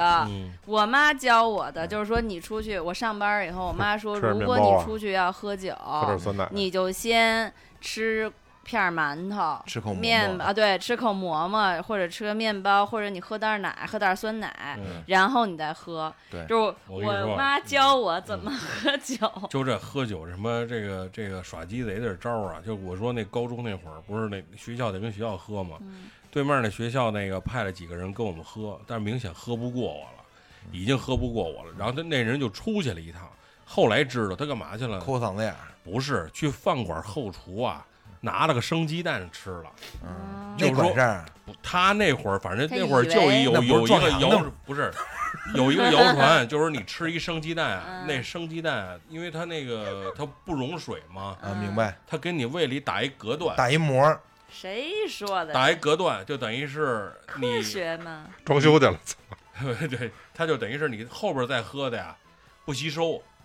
我的，就是说你出去，我上班以后，我妈说，如果你出去要喝酒，你就先吃片馒头， 吃口面啊，对，吃口馍馍，或者吃个面包，或者你喝袋奶，喝袋酸奶，然后你再喝。 对， 就是我妈教我怎么喝酒。 就这喝酒什么这个耍鸡贼的招啊！就我说那高中那会儿，不是那学校得跟学校喝嘛，对面那学校那个派了几个人跟我们喝，但是明显喝不过我了，已经喝不过我了。然后那人就出去了一趟，后来知道他干嘛去了？ 抠嗓子眼。 不是去饭馆后厨啊。拿了个生鸡蛋吃了， 那管事儿。 他那会儿，反正那会儿就有一个不是有一个谣传，就是你吃一生鸡蛋，那生鸡蛋，因为它那个它不溶水嘛， 明白？ 它给你胃里打一隔断， 打一膜。 谁说的？ 打一隔断，就等于是你科学吗？ 装修去了。 对，它就等于是你后边再喝的呀，不吸收。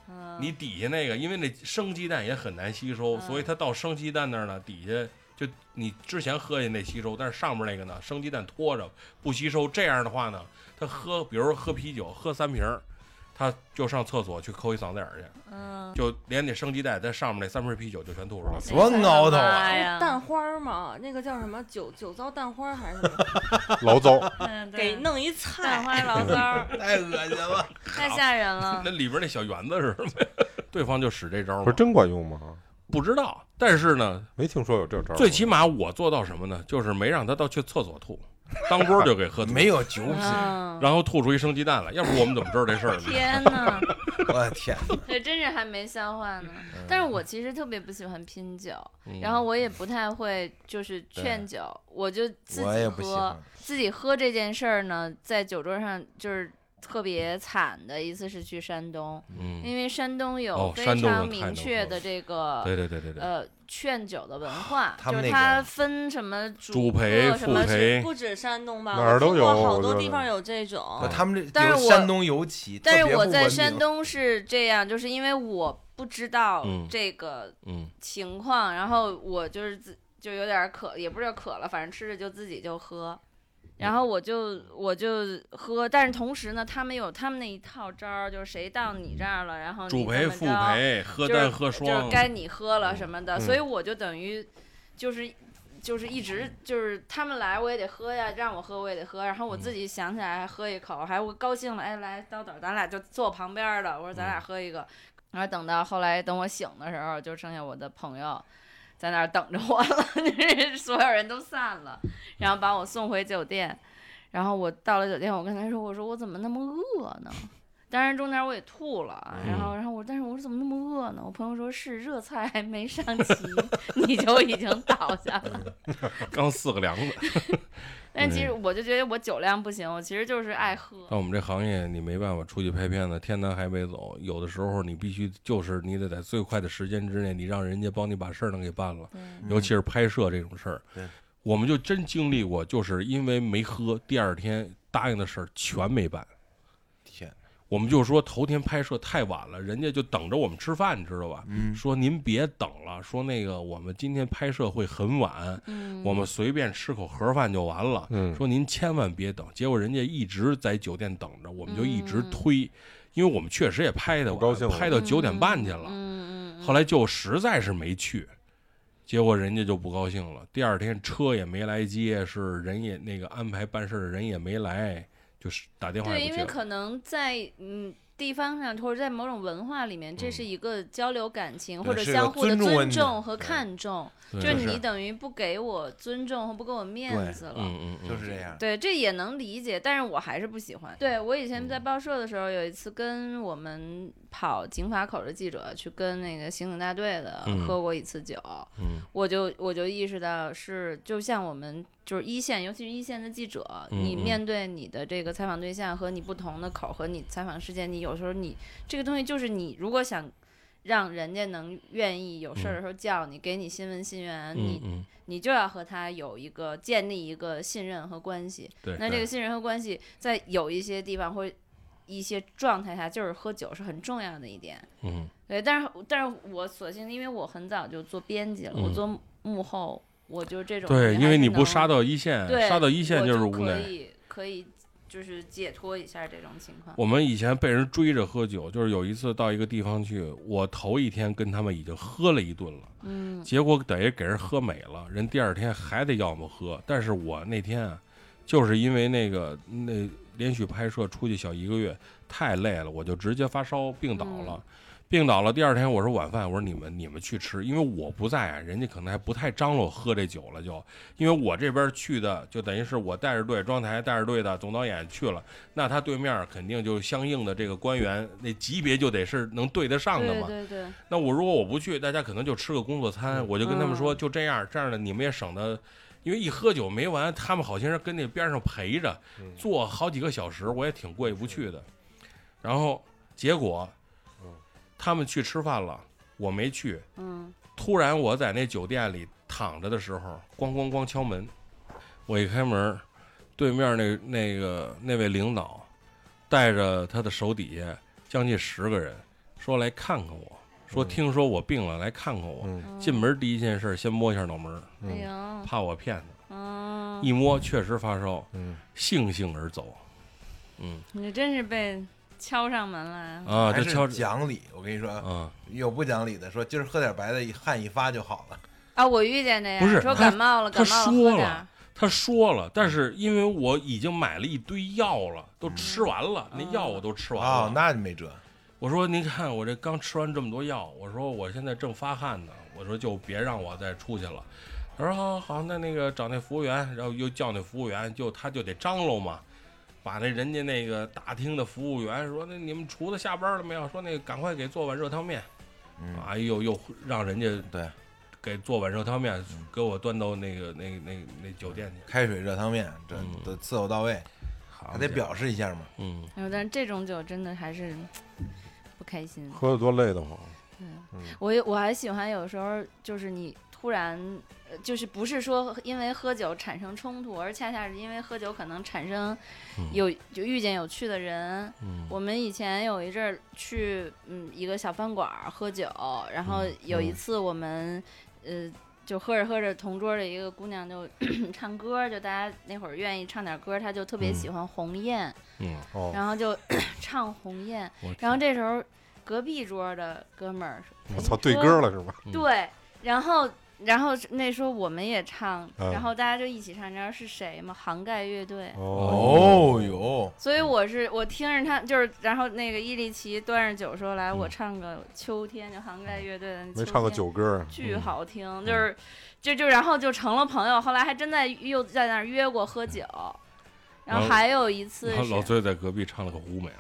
你底下那个，因为那生鸡蛋也很难吸收，所以它到生鸡蛋那儿呢，底下就你之前喝下那吸收，但是上面那个呢，生鸡蛋拖着不吸收。这样的话呢，他比如说喝啤酒，喝3瓶，他就上厕所去抠一嗓子眼去，就连那生鸡蛋在上面那3瓶啤酒就全吐出来了， 多挠头啊！ 蛋花嘛，那个叫什么酒糟蛋花还是什么？ 醪糟， 给弄一菜， 蛋花醪糟， 太恶心了， 太吓人了。 那里边那小圆子是什么？对方就使这招， 不是真管用吗？ 不知道，但是呢， 没听说有这招。 最起码我做到什么呢？就是没让他到去厕所吐，当桌就给喝吐， 没有酒品， 然后吐出一生鸡蛋来，要不我们怎么知道这事儿呢？ 天哪！ 我的天， 这真是还没消化呢。但是我其实特别不喜欢拼酒，然后我也不太会就是劝酒，我就自己喝。自己喝这件事儿呢，在酒桌上就是特别惨的一次是去山东，因为山东有非常明确的这个对劝酒的文化， 就是它分什么主陪副陪， 不止山东吧， 哪儿都有， 好多地方有这种。 他们这有山东尤其， 但是我在山东是这样，就是因为我不知道这个情况，然后我就有点渴，也不是渴了，反正吃着就自己就喝。然后我就喝，但是同时呢，他们有他们那一套招儿，就是谁到你这儿了，然后主陪副陪，喝单喝双， 就是该你喝了什么的，所以我就等于就是一直就是他们来我也得喝呀，让我喝我也得喝，然后我自己想起来还喝一口，还我高兴了，哎来叨叨，咱俩就坐旁边了，我说咱俩喝一个，然后等到后来等我醒的时候，就剩下我的朋友在那儿等着我了，就是所有人都散了，然后把我送回酒店，然后我到了酒店，我跟他说，我说我怎么那么饿呢？当然中间我也吐了，然后但是我说怎么那么饿呢？我朋友说是热菜还没上齐，你就已经倒下了， 刚4个凉的。 但其实我就觉得我酒量不行，我其实就是爱喝。 到我们这行业，你没办法出去拍片子，天南海北走，有的时候你必须就是你得在最快的时间之内，你让人家帮你把事儿能给办了，尤其是拍摄这种事儿。我们就真经历过，就是因为没喝，第2天答应的事儿全没办。 天。 我们就说头天拍摄太晚了，人家就等着我们吃饭，你知道吧？说您别等了，说那个我们今天拍摄会很晚，我们随便吃口盒饭就完了。说您千万别等。结果人家一直在酒店等着，我们就一直推，因为我们确实也拍的晚，拍到9点半去了。后来就实在是没去，结果人家就不高兴了。第2天车也没来接，是人也那个安排办事的人也没来。就是打电话也不接了。 对，因为可能在地方上或者在某种文化里面，这是一个交流感情或者相互的尊重和看重，就是你等于不给我尊重和不给我面子了， 就是这样。 对，这也能理解，但是我还是不喜欢。对，我以前在报社的时候，有一次跟我们跑警法口的记者去跟那个刑警大队的喝过一次酒，我就意识到是就像我们就是一线，尤其是一线的记者，你面对你的这个采访对象和你不同的口和你采访事件，你有时候你这个东西就是你如果想让人家能愿意有事儿的时候叫你，给你新闻信源，你就要和他有一个建立一个信任和关系。 对， 那这个信任和关系在有一些地方或一些状态下，就是喝酒是很重要的一点。对，但是我索性因为我很早就做编辑了，我做幕后，我就这种对，因为你不杀到一线，杀到一线就是无奈， 可以就是解脱一下这种情况。 我们以前被人追着喝酒，就是有一次到一个地方去，我头1天跟他们已经喝了一顿了，结果等于给人喝美了，人第2天还得要我们喝。但是我那天啊，就是因为那连续拍摄出去小1个月，太累了，我就直接发烧病倒了。病倒了，第2天我说晚饭，我说你们去吃，因为我不在啊，人家可能还不太张罗喝这酒了，就因为我这边去的就等于是我带着队，装台带着队的总导演去了，那他对面肯定就相应的这个官员那级别就得是能对得上的嘛。 对。 那如果我不去，大家可能就吃个工作餐，我就跟他们说就这样的你们也省得。因为一喝酒没完，他们好些人跟那边上陪着，坐好几个小时，我也挺过意不去的。然后结果。他们去吃饭了，我没去。突然我在那酒店里躺着的时候，咣咣咣敲门。我一开门，对面那位领导带着他的手底下将近10个人， 说来看看我，说听说我病了，来看看我。进门第一件事先摸一下脑门，怕我骗他。一摸确实发烧，悻悻而走。 你真是被敲上门来啊！ 这敲讲理，我跟你说，有不讲理的，说今儿喝点白的，汗一发就好了。 啊，我遇见这样， 不是说感冒了， 他说了， 他说了，但是因为我已经买了一堆药了，都吃完了，那药我都吃完了。 那你没辙。 我说您看我这刚吃完这么多药，我说我现在正发汗呢，我说就别让我再出去了。他说好，那个找那服务员，然后又叫那服务员，他就得张罗嘛，把那人家那个大厅的服务员说，那你们厨子下班了没有？说那个赶快给做碗热汤面，又让人家对给做碗热汤面，给我端到那酒店去， 开水热汤面，这都伺候到位，还得表示一下嘛。 但是这种酒真的还是不开心， 喝得多累得慌。 我还喜欢有时候就是你突然就是不是说因为喝酒产生冲突，而恰恰是因为喝酒可能产生就遇见有趣的人。我们以前有一阵儿去一个小饭馆喝酒，然后有一次我们就喝着喝着，同桌的一个姑娘就唱歌，就大家那会儿愿意唱点歌，她就特别喜欢鸿雁，然后就唱鸿雁，然后这时候隔壁桌的哥们儿说：“ 我操，对歌了是吧？” 对，然后那时候我们也唱，然后大家就一起唱，你知道是谁吗？杭盖乐队。 哦哟！ 所以我听着他就是，然后那个伊利奇端着酒说：“来，我唱个秋天，就杭盖乐队的。” 没唱个酒歌， 巨好听，就然后就成了朋友，后来还真又在那儿约过喝酒。然后还有一次是老崔在隔壁唱了个胡美，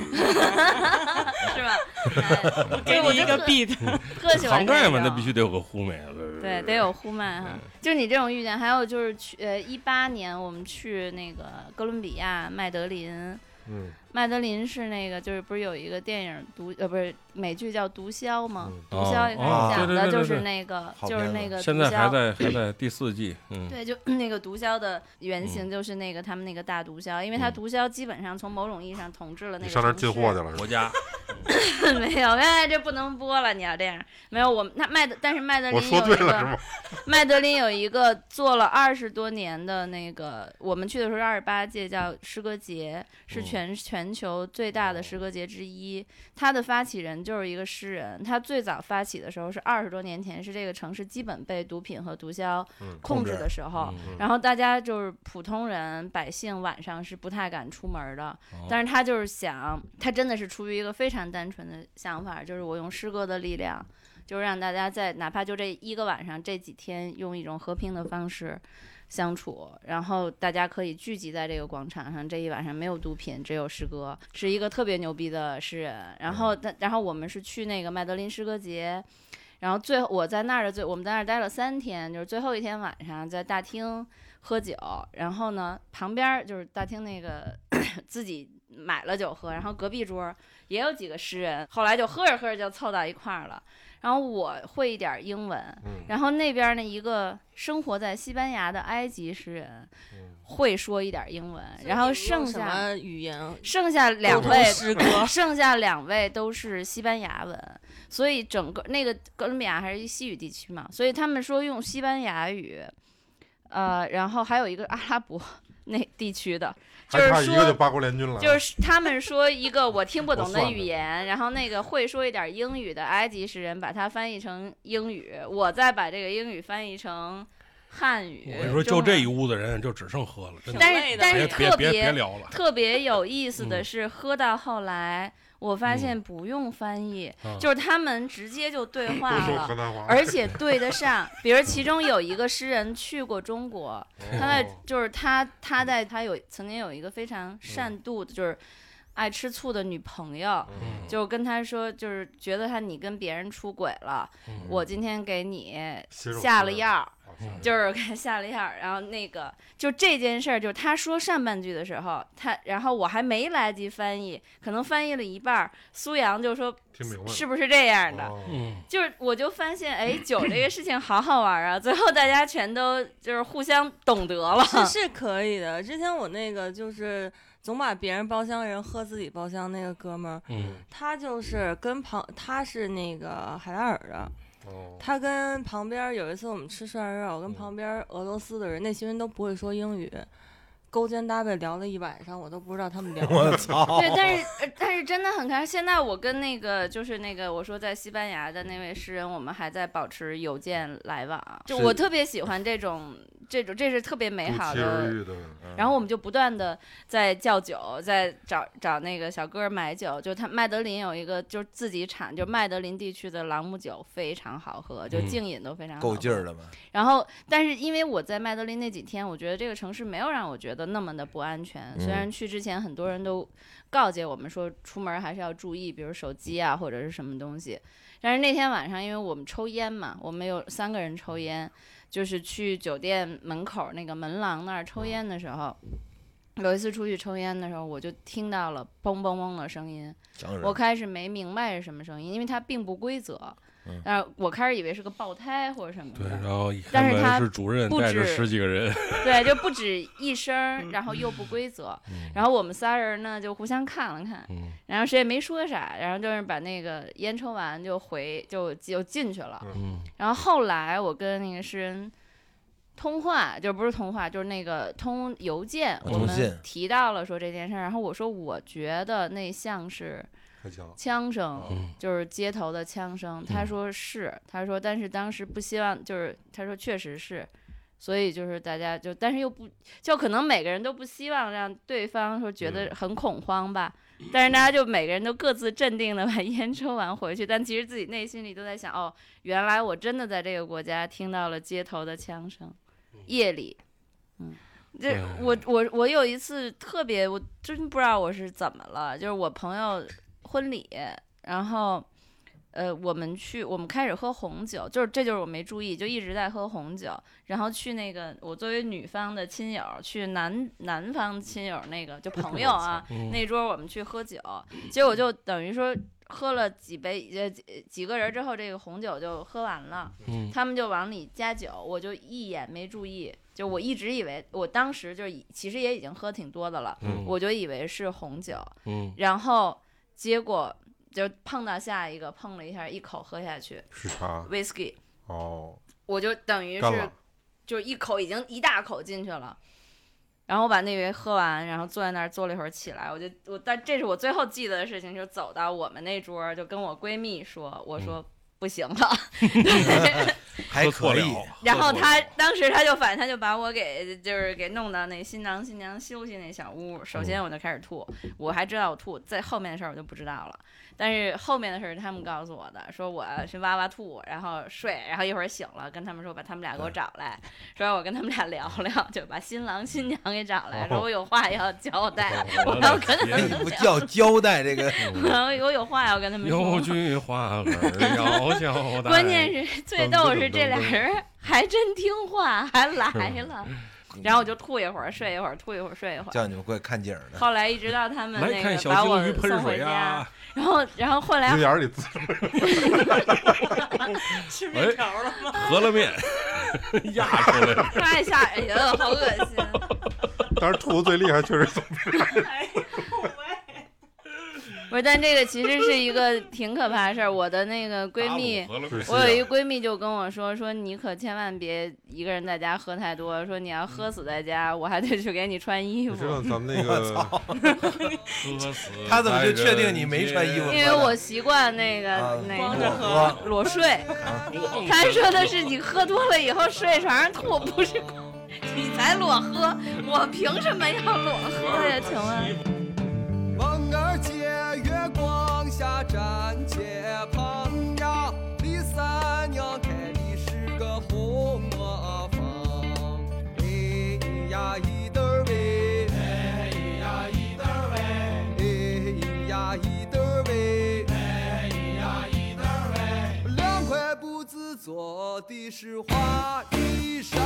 是吧？ 给你一个 beat， 特喜欢杭盖嘛，那必须得有个胡美， 对，得有呼麦哈。就你这种遇见，还有就是2018年我们去那个哥伦比亚麦德林，麦德林是那个就是不是有一个电影不是美剧叫《毒枭》吗？毒枭一开始讲的就是那个现在还在第4季。 对，就那个毒枭的原型就是那个他们那个大毒枭，因为他毒枭基本上从某种意义上统治了那个上那进货去了， 国家没有，这不能播了，你要这样没有我们但是麦德林我说对了是吗？ 麦德林有一个做了20多年的那个，我们去的时候是28届叫诗歌节，是全球最大的诗歌节之一。他的发起人就是一个诗人，他最早发起的时候是20多年前，是这个城市基本被毒品和毒枭控制的时候，然后大家就是普通人百姓晚上是不太敢出门的，但是他就是他真的是出于一个非常单纯的想法，就是我用诗歌的力量，就是让大家在哪怕就这一个晚上这几天用一种和平的方式相处，然后大家可以聚集在这个广场上，这一晚上没有毒品，只有诗歌，是一个特别牛逼的诗人。然后我们是去那个麦德林诗歌节，然后我们在那儿待了3天，就是最后一天晚上在大厅喝酒，然后呢旁边就是大厅那个自己买了酒喝，然后隔壁桌也有几个诗人，后来就喝着喝着就凑到一块儿了。然后我会一点英文，然后那边呢一个生活在西班牙的埃及诗人会说一点英文，然后剩下语言， 剩下2位都是西班牙文，所以整个那个哥伦比亚还是一西语地区嘛，所以他们说用西班牙语，然后还有一个阿拉伯那地区的。就是说， 一个就八国联军了。 就是他们说一个我听不懂的语言，然后那个会说一点英语的埃及诗人把它翻译成英语，我再把这个英语翻译成汉语。 我跟你说，就这一屋子人就只剩喝了，真的。 但是别聊了。 特别有意思的是，喝到后来。我发现不用翻译，就是他们直接就对话了，而且对得上。比如其中有一个诗人去过中国，他曾经有一个非常善妒的，就是爱吃醋的女朋友，就跟他说，就是觉得你跟别人出轨了，我今天给你下了药。 就是给他吓了一跳。然后那个就这件事儿，就是他说上半句的时候，然后我还没来得及翻译，可能翻译了一半，苏阳就说是不是这样的？就是我就发现，哎，酒这个事情好好玩啊！最后大家全都就是互相懂得了， 是可以的。之前我那个就是总把别人包厢人喝自己包厢那个哥们儿，他就是他是那个海拉尔的。他跟旁边有一次我们吃涮肉，跟旁边俄罗斯的人，那些人都不会说英语，勾肩搭背聊了一晚上，我都不知道他们聊什么。 我操！ 对，但是真的很开心。现在我跟那个就是那个我说在西班牙的那位诗人，我们还在保持邮件来往。就我特别喜欢这是特别美好的。然后我们就不断的在叫酒，在找那个小哥买酒。就他麦德林有一个就是自己产，就麦德林地区的朗姆酒非常好喝，就净饮都非常好喝， 够劲儿了吧？ 然后，但是因为我在麦德林那几天，我觉得这个城市没有让我觉得那么的不安全。虽然去之前很多人都告诫我们说出门还是要注意，比如手机啊或者是什么东西。但是那天晚上，因为我们抽烟嘛，我们有3个人抽烟，就是去酒店门口那个门廊那儿抽烟的时候，有一次出去抽烟的时候，我就听到了嘣嘣嘣的声音，我开始没明白是什么声音，因为它并不规则。但是我开始以为是个爆胎或者什么的， 对，然后但是他是主任带着10几个人， 对，就不止一声，然后又不规则，然后我们仨人呢就互相看了看，然后谁也没说啥，然后就是把那个烟抽完就进去了，然后后来我跟那个诗人通话，就不是通话，就是那个通邮件，我们提到了说这件事，然后我说我觉得那像是枪声，就是街头的枪声。他说是，他说但是当时不希望，就是他说确实是，所以就是大家就，但是又不，就可能每个人都不希望让对方说觉得很恐慌吧。但是大家就每个人都各自镇定的把烟抽完回去，但其实自己内心里都在想，哦，原来我真的在这个国家听到了街头的枪声，夜里，这我有一次特别，我真不知道我是怎么了，就是我朋友婚礼，然后我们开始喝红酒，这就是我没注意，就一直在喝红酒，然后去那个我作为女方的亲友去男方亲友那个就朋友啊那桌我们去喝酒，结果就等于说喝了几个人之后，这个红酒就喝完了，他们就往里加酒，我就一眼没注意，就我一直以为，我当时就其实也已经喝挺多的了，我就以为是红酒，然后结果就碰到下一个，碰了一下，一口喝下去是啥 ？whisky。 哦， 我就等于是就一口已经一大口进去了，然后我把那杯喝完，然后坐在那儿坐了一会儿起来，但这是我最后记得的事情，就走到我们那桌，就跟我闺蜜说，我说不行了， 还可以。 然后当时他就把我给弄到那新郎新娘休息那小屋。首先我就开始吐，我还知道我吐，在后面的事儿我就不知道了。但是后面的事儿他们告诉我的，说我去哇吐，然后睡，然后一会儿醒了，跟他们说把他们俩给我找来，说我跟他们俩聊聊，就把新郎新娘给找来，说我有话要交代，我要跟他们不叫交代这个， 我有话要跟他们说。 有句话儿要交代。 关键是最逗是这俩人还真听话，还来了。然后我就吐一会儿睡一会儿，吐一会儿睡一会儿， 叫你们过来看景呢。 后来一直到他们那个把我送回家，然后后来眼里滋吃面条了吗？ 合了面压出来了， 太吓人了，好恶心。 但是吐的最厉害确实走不来。 不是，但这个其实是一个挺可怕的事儿。我的那个闺蜜，我有一个闺蜜就跟我说你可千万别一个人在家喝太多，说你要喝死在家，我还得去给你穿衣服。 你知道咱们那个喝死他怎么就确定你没穿衣服？ 因为我习惯那个裸睡。他说的是你喝多了以后睡床上吐，不是你才裸喝，我凭什么要裸喝呀？请问。 望儿街月光下站街旁呀，李三娘开的是个红磨坊。哎呀一对儿喂，哎呀一对儿喂，哎呀一对儿喂，哎呀一对儿喂。2块布子做的是花衣裳。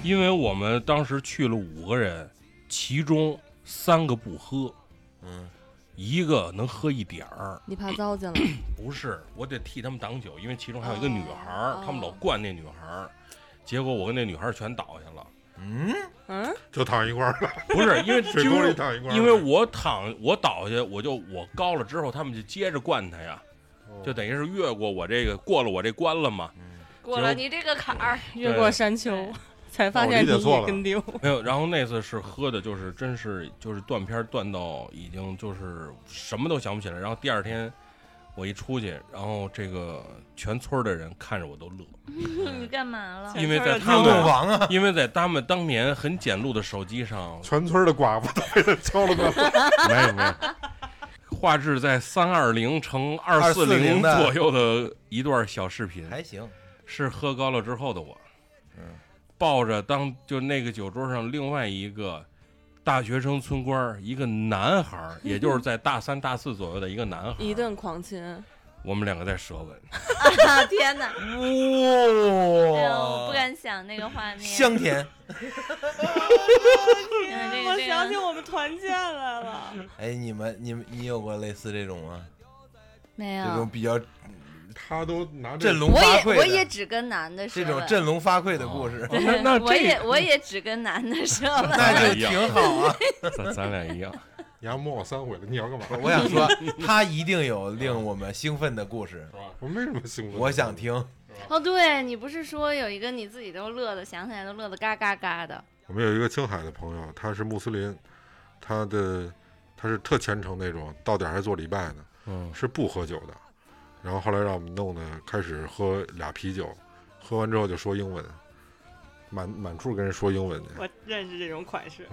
因为我们当时去了5个人，其中3个不喝，1个能喝一点儿。 你怕糟践了？ 不是，我得替他们挡酒，因为其中还有一个女孩儿，他们老灌那女孩儿，结果我跟那女孩儿全倒下了。 就躺一块儿了。 不是因为水沟里躺一块儿， 因为我倒下，我高了之后，他们就接着灌他呀，就等于是越过我这个过了我这关了嘛， 过了你这个坎儿， 越过山丘。才发现你也跟丢。 没有，然后那次是喝的，就是真是就是断片断到已经就是什么都想不起来。然后第2天我一出去，然后这个全村的人看着我都乐。 你干嘛了？ 因为在他们当年很简陋的手机上， 全村的寡妇都被他敲了个。 没有。画质在320×240左右的一段小视频， 还行， 是喝高了之后的我。抱着就那个酒桌上另外一个大学生村官，一个男孩，也就是在大3、大4左右的一个男孩， 一顿狂亲， 我们2个在舌吻。 天哪！ 哇！ 哎呦，我不敢想那个画面， 香甜。 我想起我们团建来了。 哎，你有过类似这种吗？ 没有， 这种比较。 他都拿振聋发聩， 我也只跟男的这种振聋发聩的故事。 那我也只跟男的说了， 那就挺好啊。 咱俩一样。 你还摸我3回了，你要干嘛？ 我想说，他一定有令我们兴奋的故事。 我没什么兴奋， 我想听。 哦，对，你不是说有一个你自己都乐的，想起来都乐的嘎嘎嘎的。 我们有一个青海的朋友，他是穆斯林，他是特虔诚那种，到点还做礼拜呢，是不喝酒的。然后后来让我们弄的，开始喝2啤酒，喝完之后就说英文，满处跟人说英文去。 我认识这种款式。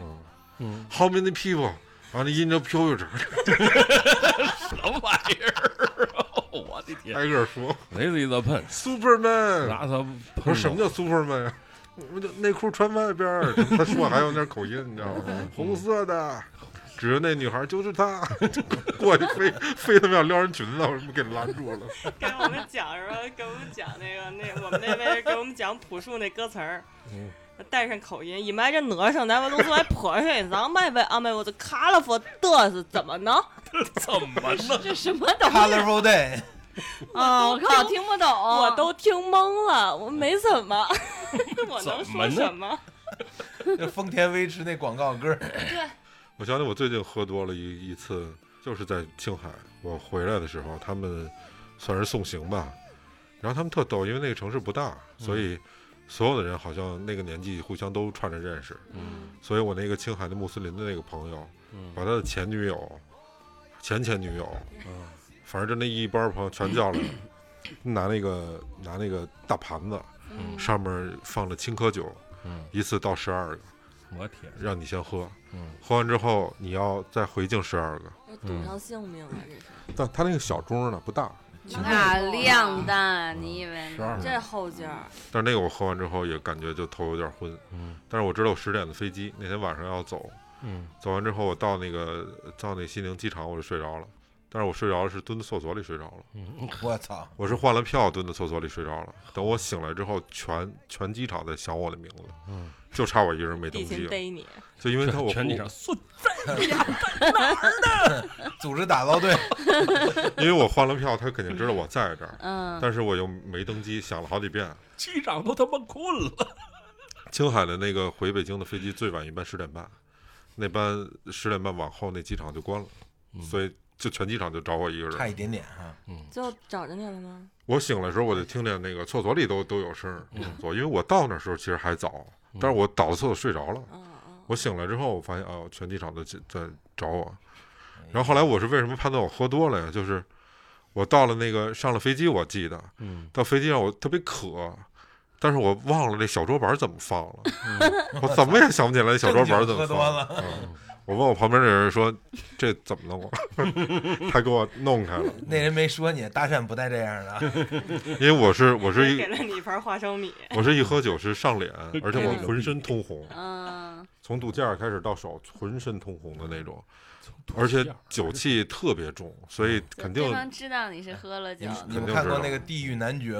How many people？ 然后那音就飘悠着， 什么玩意儿？我的天！ 挨个说。 This is a pen。 Superman。我说什么叫 Superman 呀？我就内裤穿外边。他说还有点口音，你知道吗？红色的。指着那女孩，就是她，过去非他妈要撩人裙子，我什么给拦住了。 跟我们讲我们那位给我们讲朴树那歌词儿，带上口音，一买这哪上咱们都说还泼水，让买位阿妹我这卡了佛的是怎么呢？ 怎么呢？ 这什么东西 ？Colorful Day。 我靠，听不懂， 我都听懵了，我没怎么，我能说什么？ 那丰田威驰那广告歌。 对。 我想起我最近喝多了一次，就是在青海，我回来的时候，他们算是送行吧，然后他们特逗，因为那个城市不大，所以所有的人好像那个年纪互相都串着认识，所以我那个青海的穆斯林的那个朋友，把他的前女友、前女友，反正就那一帮朋友全叫来了，拿那个大盘子，上面放了青稞酒，一次倒12个。 我天！ 让你先喝，喝完之后你要再回敬12个， 赌上性命了这是。 但他那个小盅呢不大， 大量的，你以为这后劲儿？ 但是那个我喝完之后也感觉就头有点昏，但是我知道我10点的飞机，那天晚上要走，走完之后我到那西宁机场我就睡着了，但是我睡着了是蹲在厕所里睡着了， 我操！ 我是换了票蹲在厕所里睡着了，等我醒来之后，全机场在响我的名字，就差我一个人没登记了， 逮你， 就因为我全机场孙在哪儿呢？组织打捞队， 因为我换了票，他肯定知道我在这儿，但是我又没登机，想了好几遍， 机长都他妈困了。 青海的那个回北京的飞机最晚一班10点半，那班10点半往后那机场就关了，所以就全机场就找我一个人， 差一点点哈， 就找着你了吗？ 我醒来的时候我就听见那个厕所里都有声，因为我到那时候其实还早，但是我倒在厕所睡着了，我醒来之后我发现全机场都在找我，然后后来我是为什么判断我喝多了呀？就是我到了那个上了飞机，我记得，到飞机上我特别渴，但是我忘了那小桌板怎么放了，我怎么也想不起来那小桌板怎么放了。我问我旁边的人说：“这怎么弄？”他给我弄开了。 那人没说你搭讪不带这样的， 因为我是给了你一盘花生米。 我是一喝酒是上脸，而且我浑身通红，从肚脐开始到手浑身通红的那种，而且酒气特别重，所以肯定对方知道你是喝了酒。 你们看过那个《地狱男爵》吗？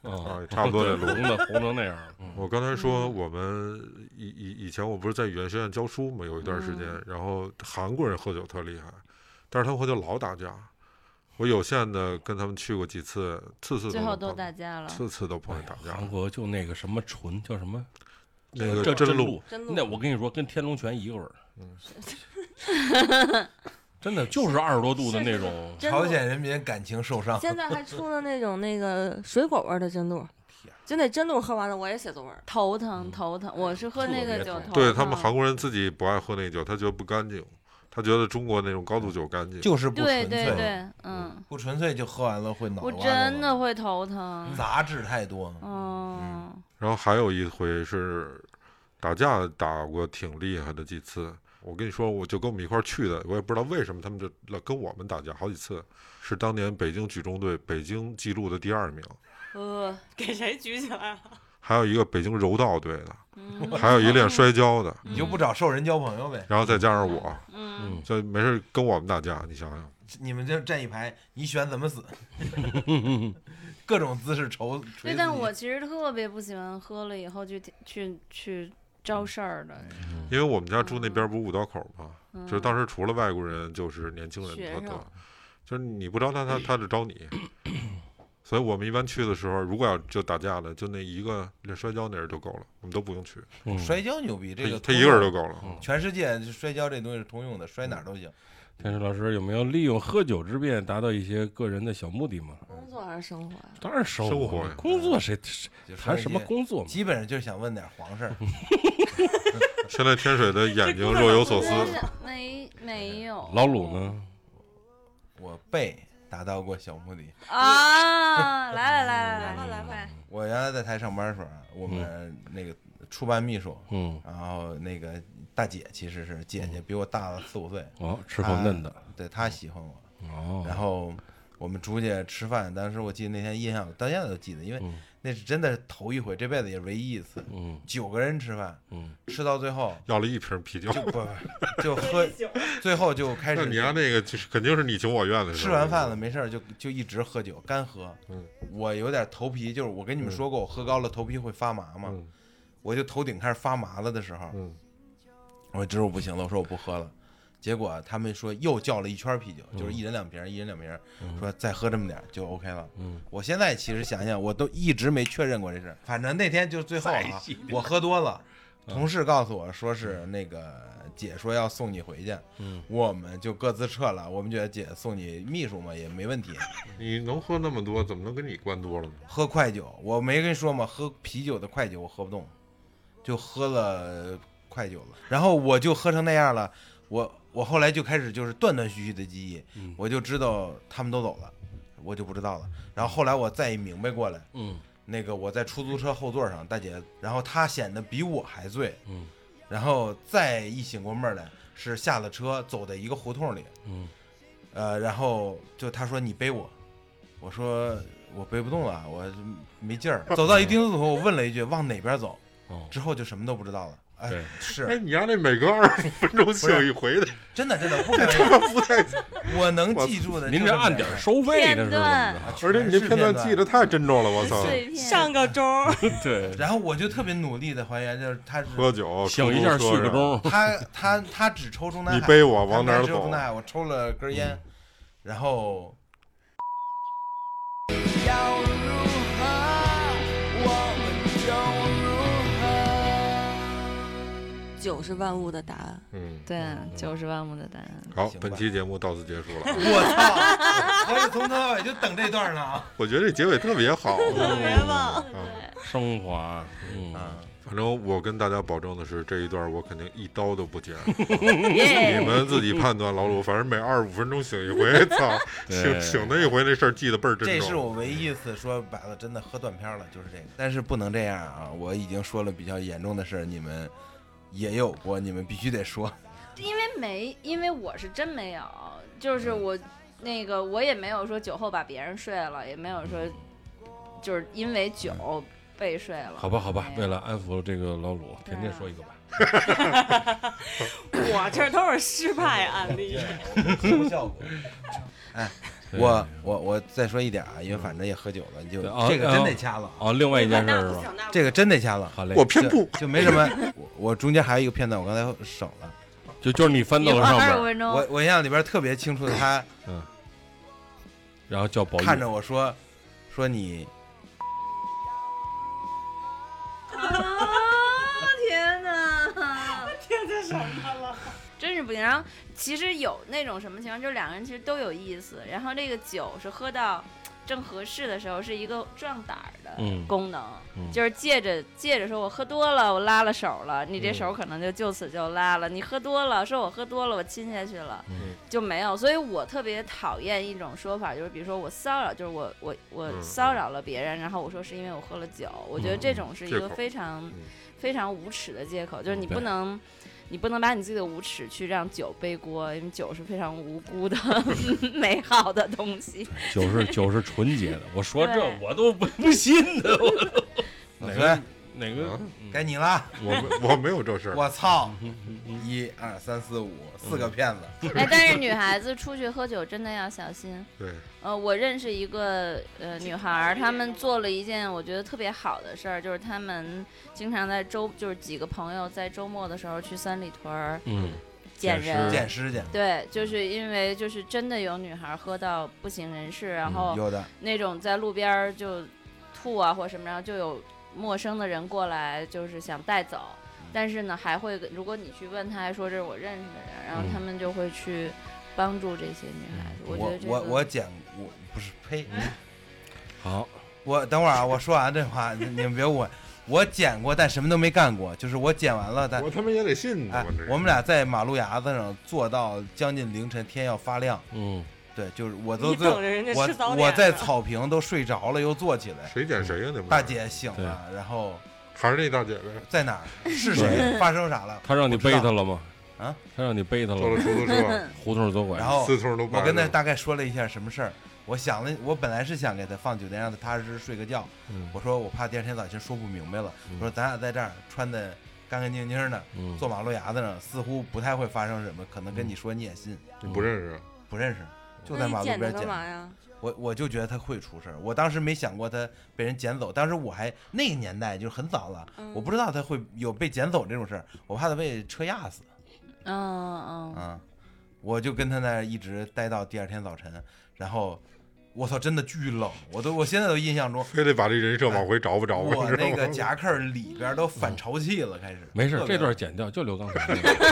差不多得红成那样。 我刚才说我们以前我不是在语言学院教书嘛，有一段时间，然后韩国人喝酒特厉害，但是他们喝酒老打架。我有限的跟他们去过几次，次最后都打架了， 次都碰见打架。 韩国就那个什么醇叫什么？ 那个真露， 那我跟你说，跟天龙泉一个味儿。真的就是20多度的那种。 朝鲜人民感情受伤。 现在还出了那种那个水果味的真露，就那真露喝完了我也写作文， 头疼。我是喝那个酒头疼。 对，他们韩国人自己不爱喝那酒，他觉得不干净。他觉得中国那种高度酒干净， 就是不纯粹。 对， 不纯粹就喝完了会脑瓜子。 我真的会头疼， 杂质太多。 然后还有一回是打架打过挺厉害的几次。我跟你说，我就跟我们一块儿去的，我也不知道为什么他们就老跟我们打架好几次。是当年北京举重队北京纪录的第2名。 给谁举起来了？ 还有一个北京柔道队的，还有一练摔跤的。 你就不找兽人交朋友呗？ 然后再加上我，就没事跟我们打架，你想想。 你们就站一排，你选怎么死？各种姿势捶。 对，但我其实特别不喜欢喝了以后去招事儿的。 因为我们家住那边不是五道口吗？就是当时除了外国人就是年轻人特多，就是你不招他就招你。所以我们一般去的时候，如果要就打架了，就那一个练摔跤那人就够了，我们都不用去。 摔跤牛逼，这个他一个人就够了。 全世界摔跤这东西是通用的，摔哪儿都行。 天使老师有没有利用喝酒之便达到一些个人的小目的吗？ 工作还是生活呀？ 当然生活呀，工作谁谈什么工作嘛？ 基本上就是想问点黄事儿。 现在天水的眼睛若有所思。 没有。 老鲁呢？ 我背达到过小目的啊！来！ 我原来在台上班的时候，我们那个出版秘书，然后那个大姐其实是姐姐，比我大了4、5岁。 吃口嫩的。 对，她喜欢我。然后我们出去吃饭，当时我记得那天印象到现在都记得，因为那是真的是头一回，这辈子也唯一一次。9个人吃饭，吃到最后要了1瓶啤酒， 就喝，最后就开始。 那你家那个就是肯定是你情我愿的。 吃完饭了没事就一直喝酒，干喝。我有点头皮，就是我跟你们说过，我喝高了头皮会发麻嘛。我就头顶开始发麻了的时候，我知道我不行了，我说我不喝了。结果他们说又叫了一圈啤酒，就是1人2瓶，说再喝这么点就 OK 了。我现在其实想想，我都一直没确认过这事，反正那天就最后我喝多了，同事告诉我说是那个姐说要送你回去，我们就各自撤了。我们觉得姐送你秘书嘛也没问题。 你能喝那么多，怎么能跟你灌多了呢？ 喝快酒，我没跟你说吗？喝啤酒的快酒我喝不动，就喝了快酒了，然后我就喝成那样了。我后来就开始就是断断续续的记忆，我就知道他们都走了，我就不知道了。然后后来我再一明白过来，那个我在出租车后座上，大姐，然后她显得比我还醉，然后再一醒过闷来，是下了车走在一个胡同里，然后就她说你背我，我说我背不动了，我没劲儿。走到一定路口，我问了一句往哪边走，之后就什么都不知道了。是， 你家那每隔25分钟醒一回的， 真的不开玩笑，我能记住的。 您这按点收费的是吧？ 而且你这片段记得太珍重了，我操！ 上个钟。 对。 然后我就特别努力的还原，就是他喝酒醒一下续个钟。 他只抽中南海， 你背我往哪儿走？ 我抽了根烟，然后。 要如何，我们就如何。 酒是万物的答案。 对，酒是万物的答案。 好，本期节目到此结束了。 我操！我是从头到尾就等这段呢啊！ 我觉得这结尾特别好， 特别棒， 升华。 反正我跟大家保证的是，这一段我肯定一刀都不剪，你们自己判断。老鲁，反正每25分钟醒一回，操，醒那一回那事儿记得倍儿真重。 这是我唯一一次说白了真的喝断片了，就是这个。但是不能这样啊！我已经说了比较严重的事，你们也有过，你们必须得说。 因为我是真没有，就是我那个我也没有说酒后把别人睡了，也没有说就是因为酒被睡了。 好吧，为了安抚这个老鲁，甜甜说一个吧。 我这都是失败案例， 节目效果。 我再说一点啊，因为反正也喝酒了，就这个真得掐了哦。另外一件事是吧？ 这个真得掐了。 好嘞， 我偏不就没什么。我中间还有一个片段，我刚才省了， 就是你翻到了上边。 我印象里边特别清楚的他， 然后叫宝玉看着我说你。 天哪！ 听见什么了？ 真是不行。然后其实有那种什么情况，就是两个人其实都有意思，然后这个酒是喝到正合适的时候，是一个壮胆儿的功能，就是借着说我喝多了，我拉了手了，你这手可能就此就拉了。你喝多了，说我喝多了，我亲下去了，就没有。所以我特别讨厌一种说法，就是比如说我骚扰，就是我骚扰了别人，然后我说是因为我喝了酒，我觉得这种是一个非常非常无耻的借口，就是你不能把你自己的无耻去让酒背锅，因为酒是非常无辜的美好的东西。 酒是纯洁的，我说这我都不信的，我都。哪个？ 该你了。 我没有这事儿。 我操！1、2、3、4、5，4个骗子。 哎，但是女孩子出去喝酒真的要小心。 对。 我认识一个女孩，她们做了一件我觉得特别好的事儿，就是她们经常在就是几个朋友在周末的时候去三里屯捡人捡尸去。 对，就是因为就是真的有女孩喝到不省人事，然后有的那种在路边就吐啊或什么，然后就有陌生的人过来就是想带走，但是呢还会如果你去问他，还说这是我认识的人，然后他们就会去帮助这些女孩子。我觉得这个我捡我不是呸， 好， 我等会儿啊，我说完这话你们别误会。我捡过，但什么都没干过，就是我捡完了，但我他妈也得信哎，我们俩在马路牙子上坐到将近凌晨，天要发亮。对，就是我都我在草坪都睡着了，又坐起来。 谁捡谁呀？ 大姐醒了，然后还是那大姐呗？ 在哪儿？是谁？发生啥了？ 他让你背他了吗？ 啊？ 他让你背他了？ 坐了出租车， 胡同走拐， 然后四通都我跟他大概说了一下什么事儿。我想了，我本来是想给他放酒店，让他踏实睡个觉。我说我怕第二天早晨说不明白了。我说咱俩在这儿穿的干干净净的，坐马路牙子上，似乎不太会发生什么，可能跟你说你也信。 你不认识？ 不认识，就在马路边捡。 干嘛呀？ 我就觉得他会出事儿。我当时没想过他被人捡走，当时我还那个年代就很早了，我不知道他会有被捡走这种事儿，我怕他被车压死。我就跟他那一直待到第二天早晨，然后。我操，真的巨冷，我现在都印象中， 非得把这人设往回找不着。 我那个夹克里边都反潮气了，开始。 没事，这段剪掉，就留刚才。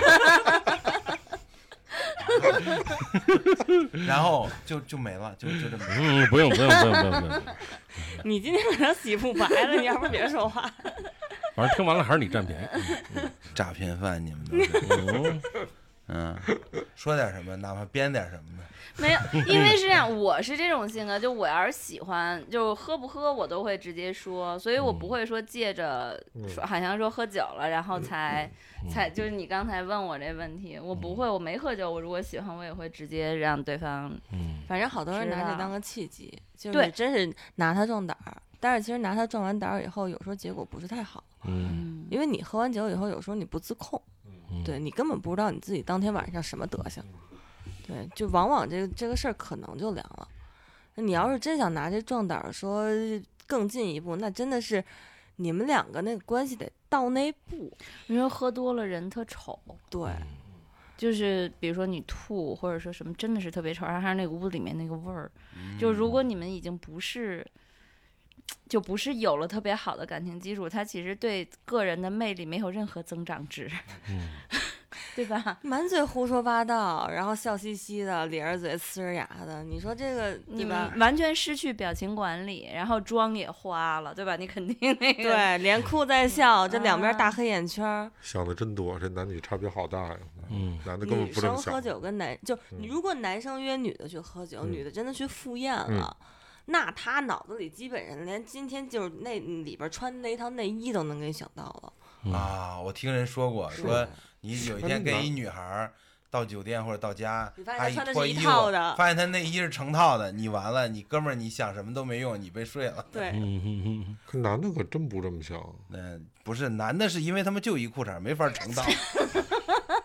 然后就没了，就这么。 不用。 你今天晚上洗不白了，你要不别说话。 反正听完了还是你占便宜。 诈骗犯，你们都是。说点什么，哪怕编点什么的。 没有，因为是这样，我是这种性格，就我要是喜欢，就喝不喝我都会直接说，所以我不会说借着说好像说喝酒了，然后才就是你刚才问我这问题，我不会，我没喝酒，我如果喜欢我也会直接让对方， 反正好多人拿这当个契机，就是真是拿他壮胆儿，但是其实拿他壮完胆儿以后，有时候结果不是太好，因为你喝完酒以后，有时候你不自控，对你根本不知道你自己当天晚上什么德行。对，就往往这个事儿可能就凉了。那你要是真想拿这壮胆儿说更进一步，那真的是你们两个那个关系得到那步。 因为喝多了人特丑， 对， 就是比如说你吐或者说什么，真的是特别丑，还是那个屋子里面那个味儿。就如果你们已经不是有了特别好的感情基础，它其实对个人的魅力没有任何增长值。对吧？ 满嘴胡说八道，然后笑嘻嘻的，咧着嘴呲着牙的，你说这个对吧？ 完全失去表情管理，然后妆也花了，对吧？你肯定那个对，连哭带笑，这两边大黑眼圈。 想的真多，这男女差别好大呀。男的根本不这么想。 女生喝酒跟如果男生约女的去喝酒，女的真的去赴宴了。那他脑子里基本上连今天就是那里边穿那套内衣都能给你想到了。 我听人说过，说你有一天跟一女孩到酒店或者到家，她一脱衣服，发现她内衣是成套的，你完了，你哥们儿你想什么都没用，你被睡了。 对， 可男的可真不这么想。 不是男的，是因为他们就一裤衩没法成套。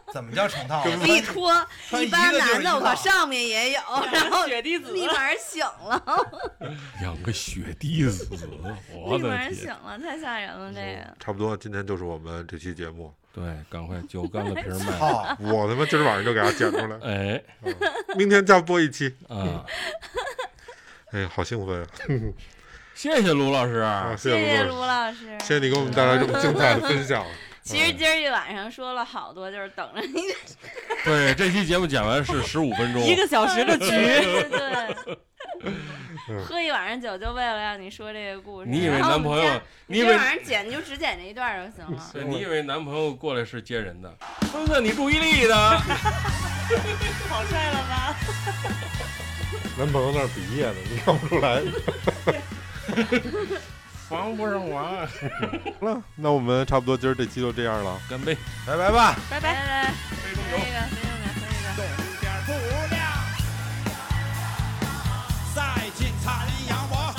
怎么叫成套？ 一脱，一般男的我上面也有，然后雪滴子立马醒了， 养个雪滴子，我立马的天！ 醒了，太吓人了这个。 差不多，今天就是我们这期节目。 对，赶快酒干了瓶卖。 好， 我他妈今儿晚上就给它剪出来， 哎， 明天再播一期。 啊， 哎，好兴奋啊！ 谢谢卢老师， 谢谢谢卢卢老师， 谢谢你给我们带来这么精彩的分享。 其实今儿一晚上说了好多，就是等着你。 对，这期节目讲完是15分钟， 1个小时的局。 对。喝一晚上酒就为了让你说这个故事。 你以为男朋友？你以今为晚上剪你就只剪这一段就行了。 对，你以为男朋友过来是接人的，分散你注意力的。 好帅了吧？ 男朋友那儿比耶呢，你看不出来。 防不胜防。 好了，那我们差不多今儿这期就这样了， 干杯！ 拜拜吧。 拜拜。来，喝一个，喝一个。 东边不亮，赛尽残阳我，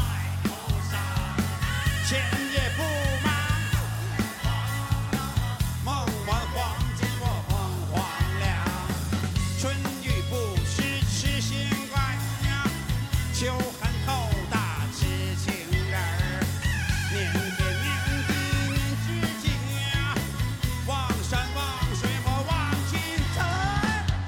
钱也不忙，梦完黄金我梦黄粱，春雨不湿痴心肝呀，秋寒透大痴情人儿，年天年地年知己呀，望山望水我望青城。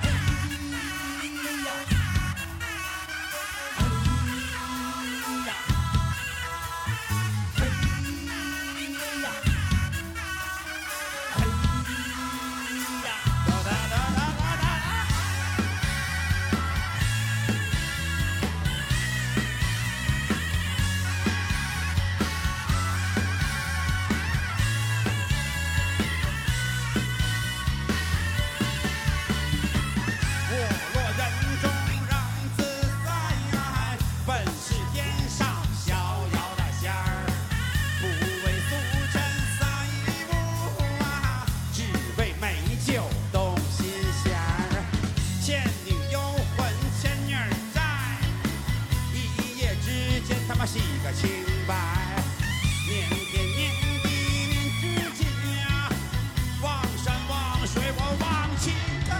洗个清白，年天年地年知己呀，望山望水我望青城。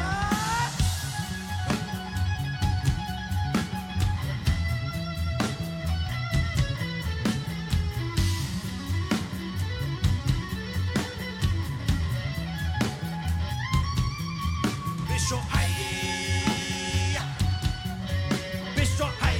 别说哎呀，别说哎。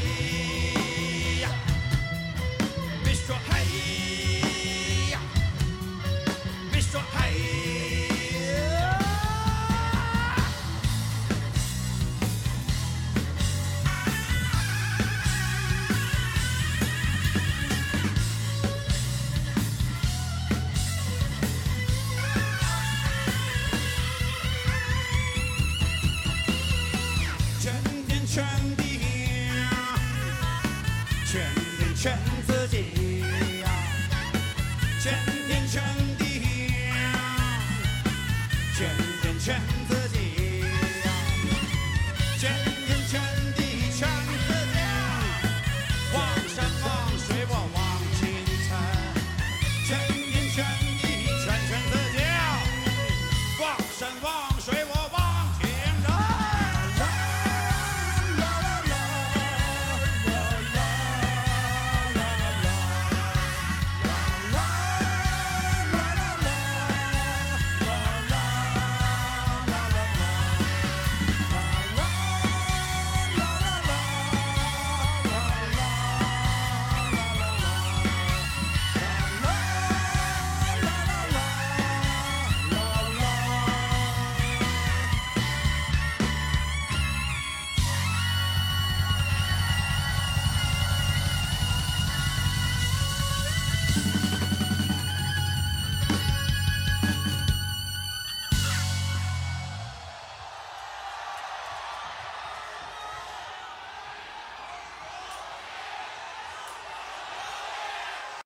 全地呀，全天全自己呀，全天全地呀，全天全自己呀，全。